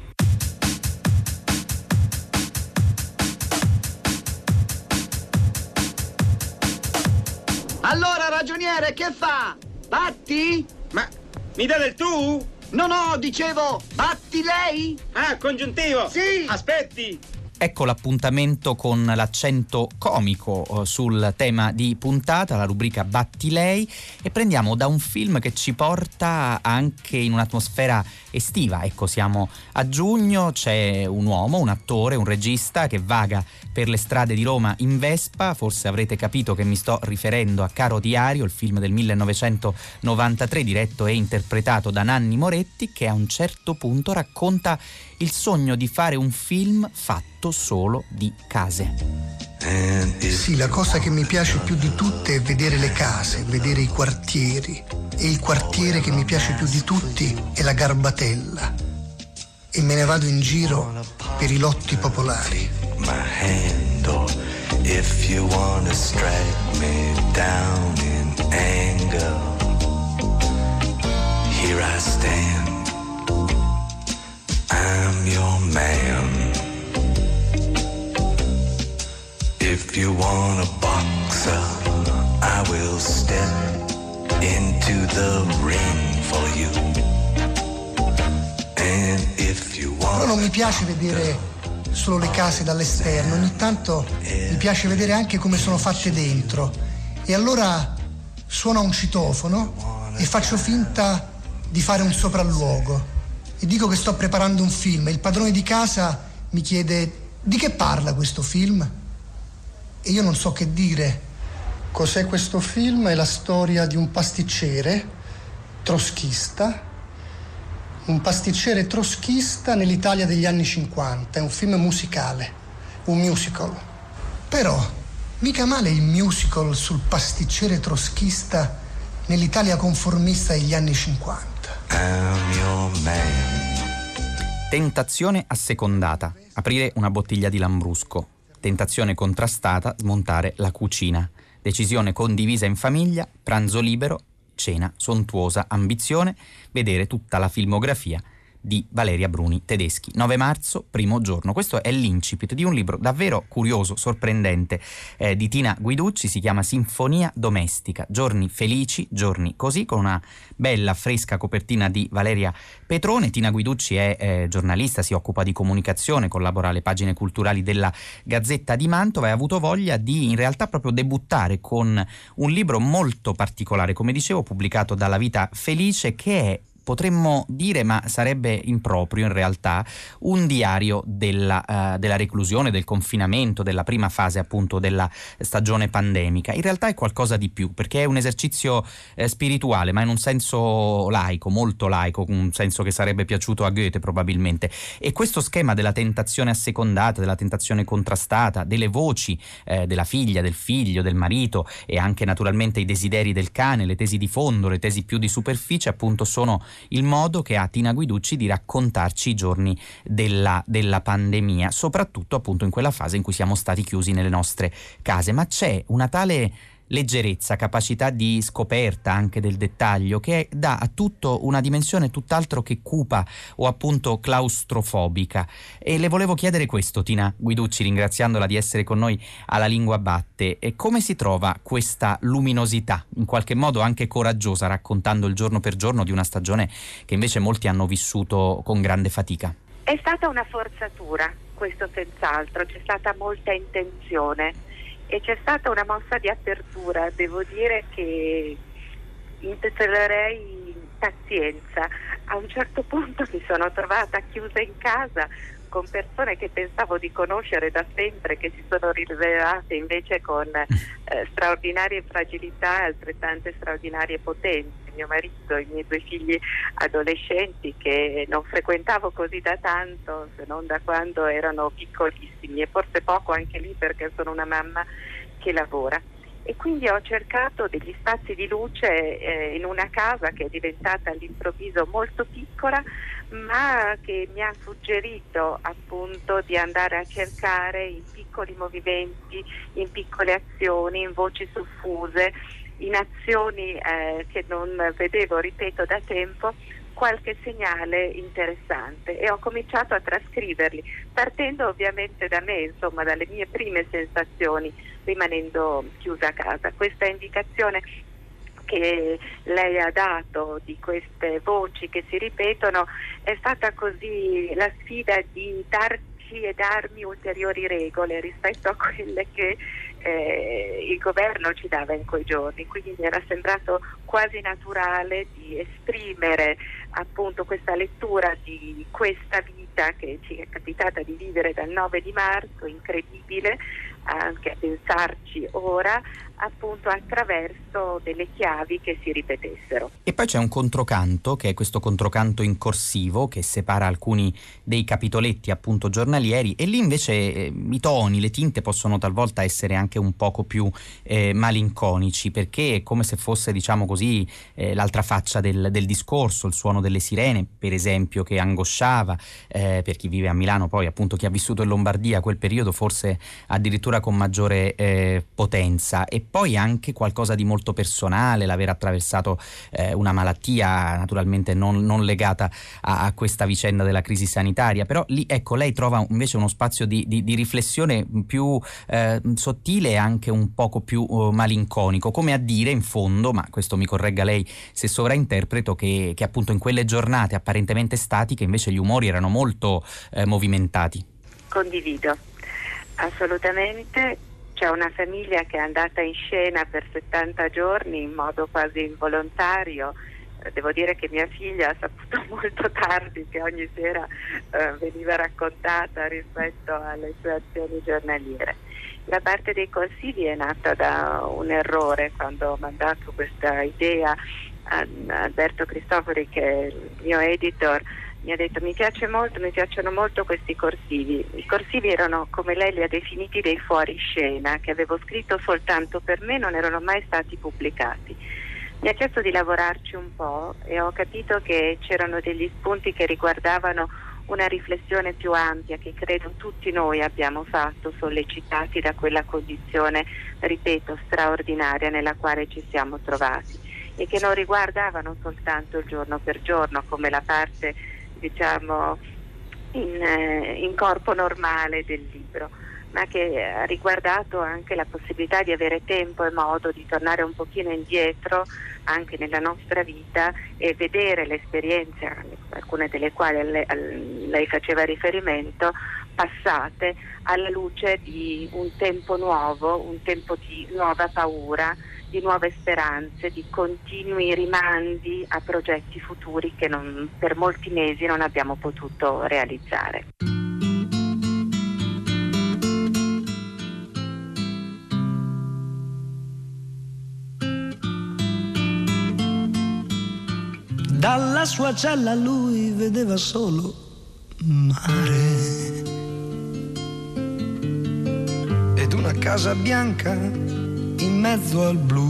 Allora, ragioniere, che fa? Batti? Ma mi dà del tu? No, dicevo, batti lei? Ah, congiuntivo! Sì! Aspetti! Ecco l'appuntamento con l'accento comico sul tema di puntata, la rubrica Batti lei, e prendiamo da un film che ci porta anche in un'atmosfera estiva. Ecco, siamo a giugno, c'è un uomo, un attore, un regista che vaga per le strade di Roma in Vespa. Forse avrete capito che mi sto riferendo a Caro Diario, il film del 1993 diretto e interpretato da Nanni Moretti, che a un certo punto racconta il sogno di fare un film fatto solo di case. Sì, la cosa che mi piace più di tutte è vedere le case, vedere i quartieri. E il quartiere che mi piace più di tutti è la Garbatella. E me ne vado in giro per i lotti popolari. If you wanna strike me down in anger, here I stand. I'm your man. If you want a boxer, I will step into the ring for you. And if you want. Però non mi piace vedere solo le case dall'esterno, ogni tanto mi piace vedere anche come sono fatte dentro. E allora suono un citofono e faccio finta di fare un sopralluogo. E dico che sto preparando un film e il padrone di casa mi chiede: di che parla questo film? E io non so che dire. Cos'è questo film? È la storia di un pasticcere troschista. Un pasticcere troschista nell'Italia degli anni 50. È un film musicale, un musical. Però mica male il musical sul pasticcere troschista nell'Italia conformista degli anni 50. Tentazione assecondata, aprire una bottiglia di Lambrusco. Tentazione contrastata, smontare la cucina. Decisione condivisa in famiglia, pranzo libero, cena sontuosa, ambizione, vedere tutta la filmografia di Valeria Bruni Tedeschi. 9 marzo, primo giorno. Questo è l'incipit di un libro davvero curioso, sorprendente, di Tina Guiducci. Si chiama Sinfonia domestica, giorni felici, giorni così, con una bella fresca copertina di Valeria Petrone. Tina Guiducci è giornalista, si occupa di comunicazione, collabora alle pagine culturali della Gazzetta di Mantova e ha avuto voglia di in realtà proprio debuttare con un libro molto particolare, come dicevo, pubblicato dalla Vita Felice, che è, potremmo dire, ma sarebbe improprio in realtà, un diario della reclusione, del confinamento, della prima fase appunto della stagione pandemica. In realtà è qualcosa di più, perché è un esercizio spirituale, ma in un senso laico, molto laico, un senso che sarebbe piaciuto a Goethe probabilmente. E questo schema della tentazione assecondata, della tentazione contrastata, delle voci della figlia, del figlio, del marito, e anche naturalmente i desideri del cane, le tesi di fondo, le tesi più di superficie, appunto sono il modo che ha Tina Guiducci di raccontarci i giorni della pandemia, soprattutto appunto in quella fase in cui siamo stati chiusi nelle nostre case. Ma c'è una tale leggerezza, capacità di scoperta anche del dettaglio, che dà a tutto una dimensione tutt'altro che cupa o appunto claustrofobica. E le volevo chiedere questo, Tina Guiducci, ringraziandola di essere con noi alla Lingua Batte: e come si trova questa luminosità, in qualche modo anche coraggiosa, raccontando il giorno per giorno di una stagione che invece molti hanno vissuto con grande fatica? È stata una forzatura, questo senz'altro, c'è stata molta intenzione e c'è stata una mossa di apertura. Devo dire che intitolerei pazienza. A un certo punto mi sono trovata chiusa in casa con persone che pensavo di conoscere da sempre, che si sono rivelate invece con straordinarie fragilità e altrettante straordinarie potenze. mio marito, i miei 2 figli adolescenti che non frequentavo così da tanto, se non da quando erano piccolissimi, e forse poco anche lì perché sono una mamma che lavora. E quindi ho cercato degli spazi di luce in una casa che è diventata all'improvviso molto piccola, ma che mi ha suggerito appunto di andare a cercare in piccoli movimenti, in piccole azioni, in voci suffuse, in azioni che non vedevo, ripeto, da tempo, qualche segnale interessante, e ho cominciato a trascriverli, partendo ovviamente da me, insomma, dalle mie prime sensazioni, rimanendo chiusa a casa. Questa indicazione che lei ha dato di queste voci che si ripetono è stata così la sfida di darci e darmi ulteriori regole rispetto a quelle che il governo ci dava in quei giorni, quindi mi era sembrato quasi naturale di esprimere appunto questa lettura di questa vita che ci è capitata di vivere dal 9 di marzo, incredibile anche a pensarci ora, appunto attraverso delle chiavi che si ripetessero. E poi c'è un controcanto, che è questo controcanto in corsivo che separa alcuni dei capitoletti appunto giornalieri, e lì invece i toni, le tinte possono talvolta essere anche un poco più malinconici, perché è come se fosse, diciamo così, l'altra faccia del discorso, il suono delle sirene per esempio, che angosciava per chi vive a Milano, poi appunto chi ha vissuto in Lombardia quel periodo forse addirittura con maggiore potenza, e poi anche qualcosa di molto personale, l'aver attraversato una malattia naturalmente non legata a questa vicenda della crisi sanitaria, però lì ecco lei trova invece uno spazio di riflessione più sottile e anche un poco più malinconico, come a dire in fondo, ma questo mi corregga lei se sovrainterpreto, che appunto in quelle giornate apparentemente statiche invece gli umori erano molto movimentati. Condivido assolutamente. C'è una famiglia che è andata in scena per 70 giorni in modo quasi involontario. Devo dire che mia figlia ha saputo molto tardi che ogni sera veniva raccontata rispetto alle sue azioni giornaliere. La parte dei consigli è nata da un errore, quando ho mandato questa idea a Alberto Cristofori, che è il mio editor. Mi ha detto: mi piacciono molto questi corsivi. I corsivi erano, come lei li ha definiti, dei fuoriscena che avevo scritto soltanto per me, non erano mai stati pubblicati. Mi ha chiesto di lavorarci un po' e ho capito che c'erano degli spunti che riguardavano una riflessione più ampia che credo tutti noi abbiamo fatto, sollecitati da quella condizione, ripeto, straordinaria nella quale ci siamo trovati, e che non riguardavano soltanto il giorno per giorno come la parte, diciamo, in corpo normale del libro, ma che ha riguardato anche la possibilità di avere tempo e modo di tornare un pochino indietro anche nella nostra vita e vedere le esperienze, alcune delle quali lei faceva riferimento, passate alla luce di un tempo nuovo, un tempo di nuova paura, di nuove speranze, di continui rimandi a progetti futuri che per molti mesi non abbiamo potuto realizzare. Dalla sua cella lui vedeva solo mare ed una casa bianca in mezzo al blu.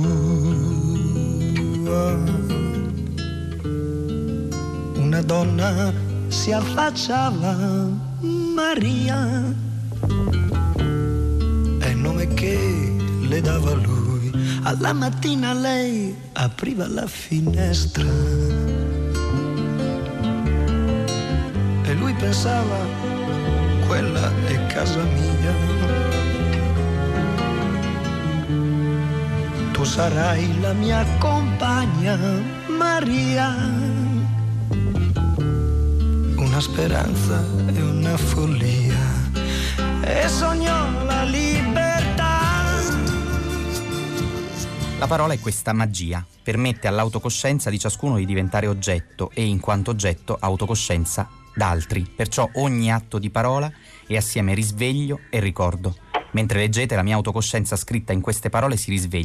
Una donna si affacciava, Maria, è il nome che le dava lui. Alla mattina lei apriva la finestra e lui pensava: quella è casa mia. Tu sarai la mia compagna, Maria. Una speranza e una follia, e sognò la libertà. La parola è questa magia, permette all'autocoscienza di ciascuno di diventare oggetto e, in quanto oggetto, autocoscienza d'altri. Perciò ogni atto di parola è assieme risveglio e ricordo. Mentre leggete, la mia autocoscienza scritta in queste parole si risveglia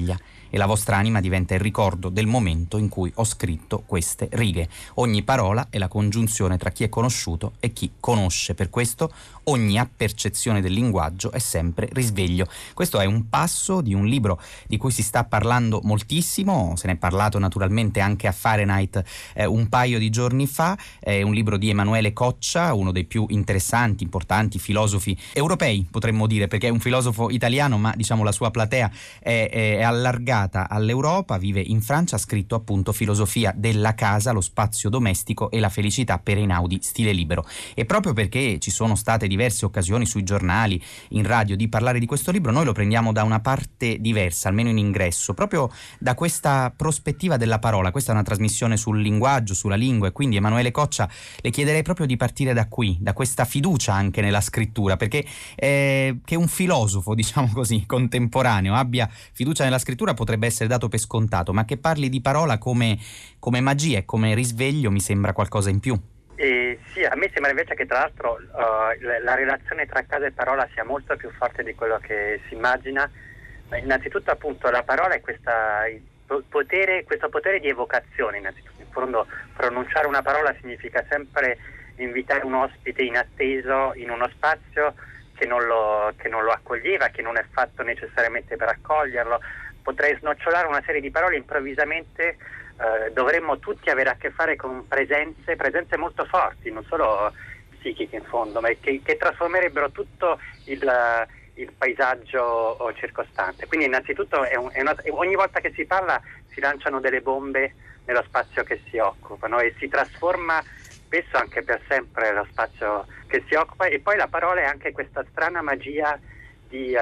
e la vostra anima diventa il ricordo del momento in cui ho scritto queste righe. Ogni parola è la congiunzione tra chi è conosciuto e chi conosce, per questo ogni appercezione del linguaggio è sempre risveglio. Questo è un passo di un libro di cui si sta parlando moltissimo, se ne è parlato naturalmente anche a Fahrenheit un paio di giorni fa. È un libro di Emanuele Coccia, uno dei più interessanti, importanti filosofi europei, potremmo dire, perché è un filosofo italiano, ma diciamo la sua platea è allargata all'Europa, vive in Francia, ha scritto appunto Filosofia della casa, lo spazio domestico e la felicità per Einaudi stile libero. E proprio perché ci sono state diverse occasioni sui giornali, in radio, di parlare di questo libro, noi lo prendiamo da una parte diversa, almeno in ingresso, proprio da questa prospettiva della parola. Questa è una trasmissione sul linguaggio, sulla lingua, e quindi Emanuele Coccia le chiederei proprio di partire da qui, da questa fiducia anche nella scrittura, perché che un filosofo, diciamo così, contemporaneo abbia fiducia nella scrittura potrebbe essere dato per scontato, ma che parli di parola come magia e come risveglio mi sembra qualcosa in più. Sì, a me sembra invece che tra l'altro la relazione tra casa e parola sia molto più forte di quello che si immagina. Innanzitutto appunto la parola è questo potere di evocazione. Innanzitutto, in fondo pronunciare una parola significa sempre invitare un ospite inatteso in uno spazio che non lo accoglieva, che non è fatto necessariamente per accoglierlo. Potrei snocciolare una serie di parole improvvisamente. Dovremmo tutti avere a che fare con presenze molto forti, non solo psichiche in fondo, ma che trasformerebbero tutto il paesaggio circostante. Quindi innanzitutto ogni volta che si parla si lanciano delle bombe nello spazio che si occupano e si trasforma spesso anche per sempre lo spazio che si occupa. E poi la parola è anche questa strana magia di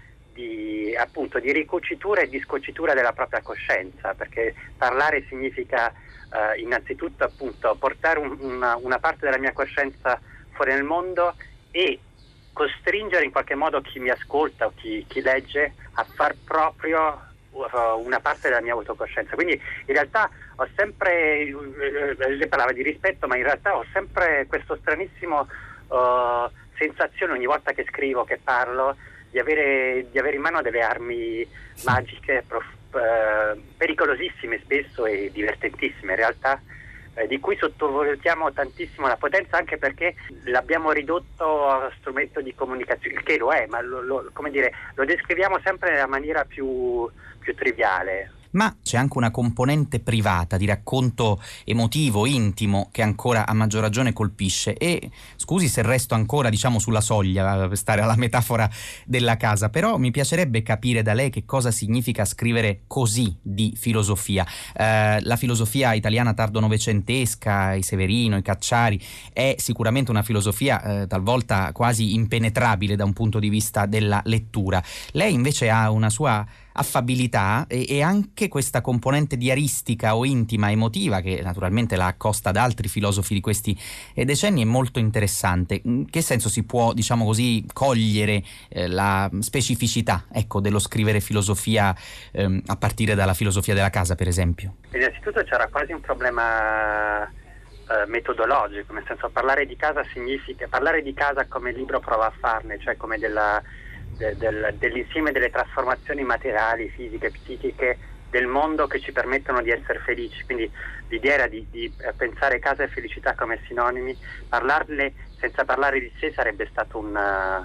ricucitura e discucitura della propria coscienza, perché parlare significa innanzitutto appunto portare una parte della mia coscienza fuori nel mondo e costringere in qualche modo chi mi ascolta o chi legge a far proprio una parte della mia autocoscienza. Quindi in realtà ho sempre, lei parlava di rispetto, ma in realtà ho sempre questo stranissimo sensazione ogni volta che scrivo, che parlo, di avere in mano delle armi magiche, pericolosissime spesso e divertentissime in realtà, di cui sottovalutiamo tantissimo la potenza, anche perché l'abbiamo ridotto a strumento di comunicazione, che lo è, ma lo descriviamo sempre nella maniera più triviale. Ma c'è anche una componente privata di racconto emotivo, intimo, che ancora a maggior ragione colpisce. E scusi se resto ancora, diciamo, sulla soglia, per stare alla metafora della casa, però mi piacerebbe capire da lei che cosa significa scrivere così di filosofia. La filosofia italiana tardo-novecentesca, i Severino, i Cacciari, è sicuramente una filosofia talvolta quasi impenetrabile da un punto di vista della lettura. Lei invece ha una sua affabilità e anche questa componente diaristica o intima, emotiva, che naturalmente la accosta ad altri filosofi di questi decenni, è molto interessante. In che senso si può, diciamo così, cogliere la specificità, ecco, dello scrivere filosofia a partire dalla filosofia della casa, per esempio? Innanzitutto c'era quasi un problema metodologico, nel senso parlare di casa significa parlare di casa come il libro prova a farne, cioè come dell'insieme delle trasformazioni materiali, fisiche, psichiche del mondo che ci permettono di essere felici. Quindi l'idea era di pensare casa e felicità come sinonimi. Parlarne senza parlare di sé sarebbe stato una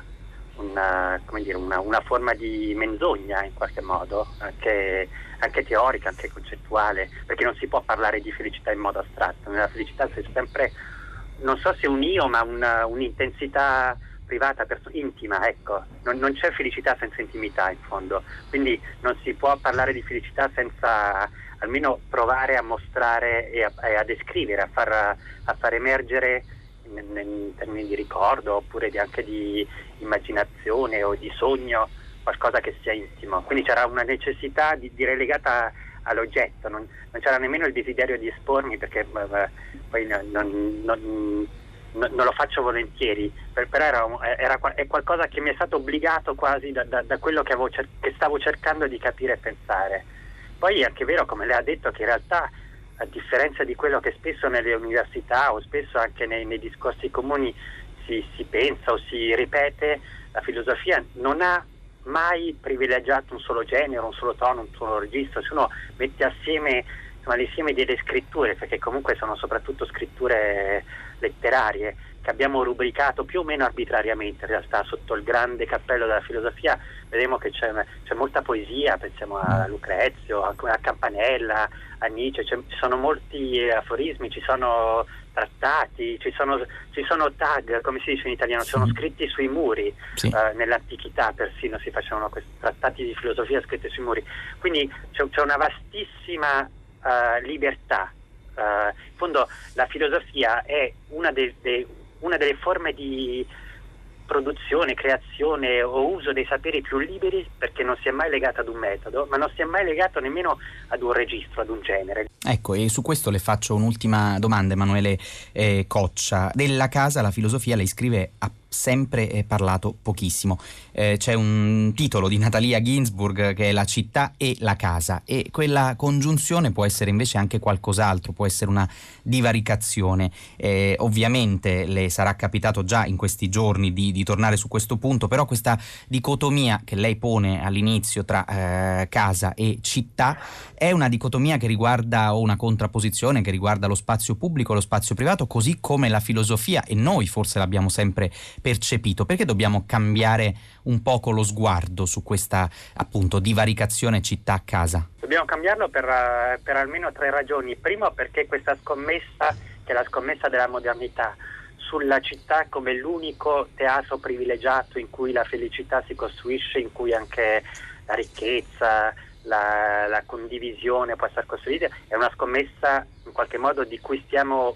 forma di menzogna in qualche modo, anche teorica, anche concettuale, perché non si può parlare di felicità in modo astratto. Nella felicità c'è sempre, non so se un io, ma un'intensità privata, intima, ecco. Non c'è felicità senza intimità in fondo, quindi non si può parlare di felicità senza almeno provare a mostrare e a descrivere, a far emergere in termini di ricordo oppure anche di immaginazione o di sogno qualcosa che sia intimo. Quindi c'era una necessità di relegata all'oggetto, non c'era nemmeno il desiderio di espormi, perché poi non lo faccio volentieri, però è qualcosa che mi è stato obbligato quasi da quello che stavo cercando di capire e pensare. Poi è anche vero, come lei ha detto, che in realtà, a differenza di quello che spesso nelle università o spesso anche nei discorsi comuni si pensa o si ripete, la filosofia non ha mai privilegiato un solo genere, un solo tono, un solo registro. Se uno mette assieme l'insieme delle scritture, perché comunque sono soprattutto scritture letterarie che abbiamo rubricato più o meno arbitrariamente, in realtà sotto il grande cappello della filosofia vedremo che c'è molta poesia, pensiamo a Lucrezio, a Campanella, a Nietzsche, ci sono molti aforismi, ci sono trattati, ci sono tag, come si dice in italiano, sono scritti sui muri. Nell'antichità persino si facevano questi trattati di filosofia scritti sui muri, quindi c'è una vastissima libertà. In fondo la filosofia è una delle forme di produzione, creazione o uso dei saperi più liberi, perché non si è mai legata ad un metodo, ma non si è mai legato nemmeno ad un registro, ad un genere. Ecco, e su questo le faccio un'ultima domanda, Emanuele Coccia. Della casa, la filosofia, lei scrive, ha sempre parlato pochissimo. C'è un titolo di Natalia Ginzburg che è La città e la casa, e quella congiunzione può essere invece anche qualcos'altro, può essere una divaricazione. Ovviamente le sarà capitato già in questi giorni di tornare su questo punto, però questa dicotomia che lei pone all'inizio tra casa e città è una dicotomia che riguarda, o una contrapposizione che riguarda lo spazio pubblico e lo spazio privato, così come la filosofia, e noi forse l'abbiamo sempre percepito. Perché dobbiamo cambiare un poco lo sguardo su questa, appunto, divaricazione città-casa? Dobbiamo cambiarlo per almeno 3 ragioni. Primo, perché questa scommessa, che è la scommessa della modernità, sulla città come l'unico teatro privilegiato in cui la felicità si costruisce, in cui anche la ricchezza, la condivisione può essere costruita, è una scommessa in qualche modo di cui stiamo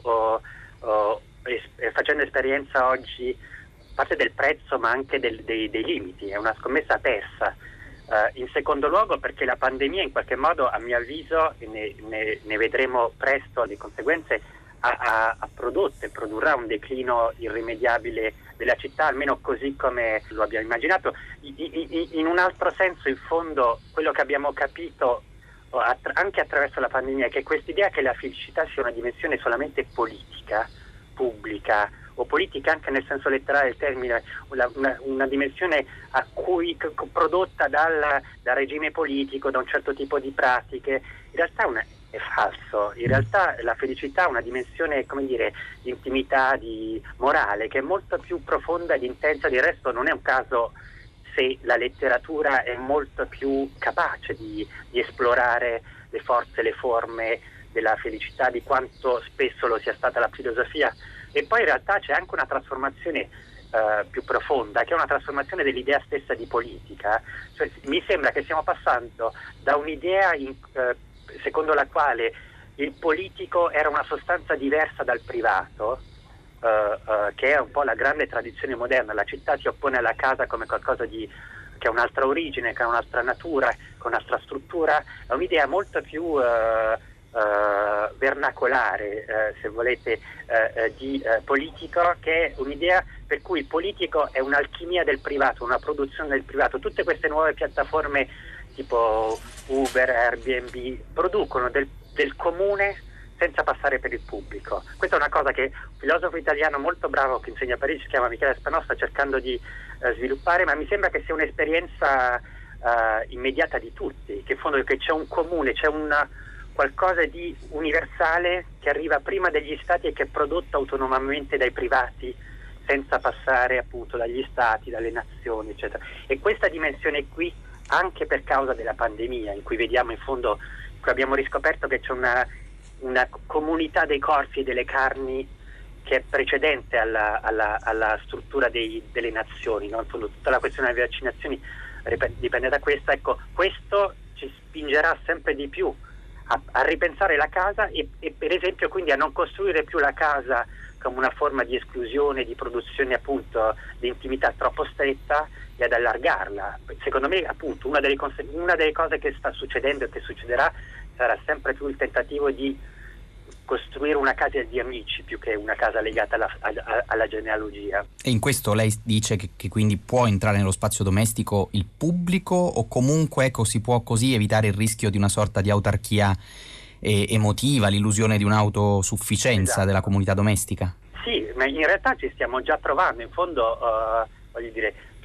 facendo esperienza oggi, a parte del prezzo ma anche dei limiti. È una scommessa persa. In secondo luogo, perché la pandemia in qualche modo, a mio avviso, ne vedremo presto le conseguenze, ha prodotto e produrrà un declino irrimediabile della città, almeno così come lo abbiamo immaginato. In un altro senso, in fondo, quello che abbiamo capito anche attraverso la pandemia è che quest'idea che la felicità sia una dimensione solamente politica, pubblica, o politica anche nel senso letterale del termine, una dimensione a cui prodotta dal regime politico, da un certo tipo di pratiche, in realtà è falso. In realtà la felicità ha una dimensione, come dire, di intimità, di morale, che è molto più profonda ed intensa. Del resto non è un caso se la letteratura è molto più capace di esplorare le forze, le forme della felicità di quanto spesso lo sia stata la filosofia. E poi in realtà c'è anche una trasformazione più profonda, che è una trasformazione dell'idea stessa di politica. Cioè, mi sembra che stiamo passando da un'idea secondo la quale il politico era una sostanza diversa dal privato, che è un po' la grande tradizione moderna. La città si oppone alla casa come qualcosa che ha un'altra origine, che ha un'altra natura, con un'altra struttura. È un'idea molto più vernacolare, se volete, di politico, che è un'idea per cui il politico è un'alchimia del privato, una produzione del privato. Tutte queste nuove piattaforme tipo Uber, Airbnb producono del comune senza passare per il pubblico. Questa è una cosa che un filosofo italiano molto bravo che insegna a Parigi, si chiama Michele Spanò, sta cercando di sviluppare, ma mi sembra che sia un'esperienza immediata di tutti, che in fondo che c'è un comune, c'è qualcosa di universale che arriva prima degli stati e che è prodotto autonomamente dai privati, senza passare appunto dagli stati, dalle nazioni, eccetera. E questa dimensione qui, anche per causa della pandemia, in cui vediamo in fondo, in cui abbiamo riscoperto che c'è una comunità dei corpi e delle carni che è precedente alla struttura delle nazioni, no? In fondo tutta la questione delle vaccinazioni dipende da questo. Ecco, questo ci spingerà sempre di più a ripensare la casa e per esempio quindi a non costruire più la casa come una forma di esclusione, di produzione appunto di intimità troppo stretta, e ad allargarla. Secondo me appunto una delle cose che sta succedendo e che succederà sarà sempre più il tentativo di costruire una casa di amici più che una casa legata alla genealogia. E in questo lei dice che quindi può entrare nello spazio domestico il pubblico, o comunque si può così evitare il rischio di una sorta di autarchia emotiva, l'illusione di un'autosufficienza della comunità domestica? Sì, ma in realtà ci stiamo già provando. In fondo voglio dire,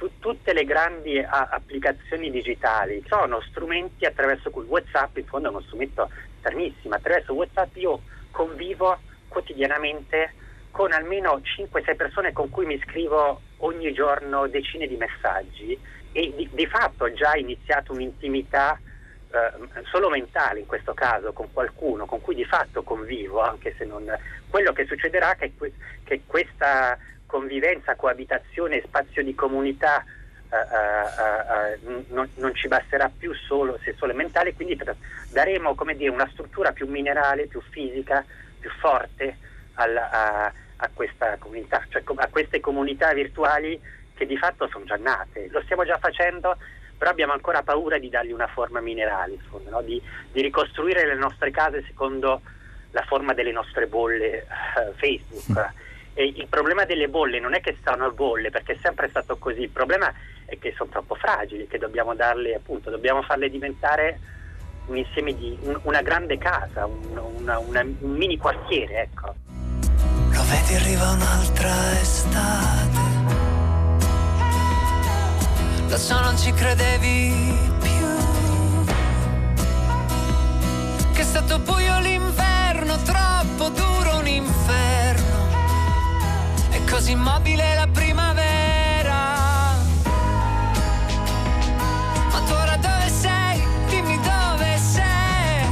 tutte le grandi applicazioni digitali sono strumenti attraverso cui WhatsApp in fondo è uno strumento stranissimo. Attraverso WhatsApp io convivo quotidianamente con almeno 5-6 persone con cui mi scrivo ogni giorno decine di messaggi e di fatto ho già iniziato un'intimità solo mentale in questo caso con qualcuno con cui di fatto convivo, anche se non... Quello che succederà è che questa convivenza, coabitazione, spazio di comunità non ci basterà più se solo mentale, quindi daremo, come dire, una struttura più minerale, più fisica, più forte a questa comunità, cioè a queste comunità virtuali che di fatto sono già nate. Lo stiamo già facendo, però abbiamo ancora paura di dargli una forma minerale, in fondo, no? di ricostruire le nostre case secondo la forma delle nostre bolle Facebook. E il problema delle bolle non è che sono bolle, perché è sempre stato così, il problema è che sono troppo fragili, che dobbiamo darle, appunto, dobbiamo farle diventare un insieme di una grande casa, un mini quartiere, ecco. Lo vedi, arriva un'altra estate, lo so, non ci credevi più, che è stato buio l'inverno, troppo duro un inferno, è così immobile la primavera. Ma tu ora dove sei? Dimmi dove sei,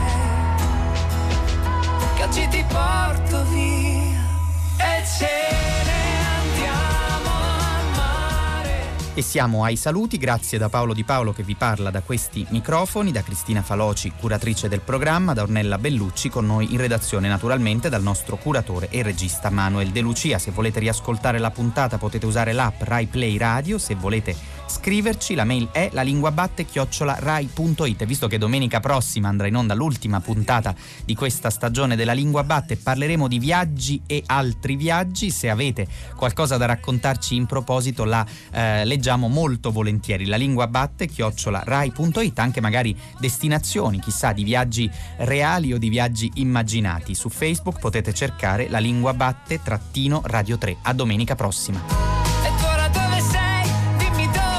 che oggi ti porto via e ce ne andiamo al mare. E siamo ai saluti, grazie da Paolo Di Paolo che vi parla da questi microfoni, da Cristina Faloci, curatrice del programma, da Ornella Bellucci, con noi in redazione naturalmente dal nostro curatore e regista Manuel De Lucia. Se volete riascoltare la puntata potete usare l'app Rai Play Radio, se volete scriverci la mail è lalinguabatte@rai.it. Visto che domenica prossima andrà in onda l'ultima puntata di questa stagione della Lingua Batte, parleremo di viaggi e altri viaggi. Se avete qualcosa da raccontarci in proposito la leggiamo molto volentieri. lalinguabatte@rai.it, anche magari destinazioni, chissà, di viaggi reali o di viaggi immaginati. Su Facebook potete cercare La Lingua Batte-Radio 3. A domenica prossima.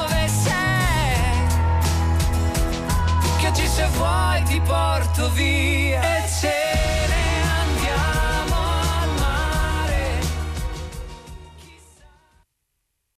Se vuoi ti porto via.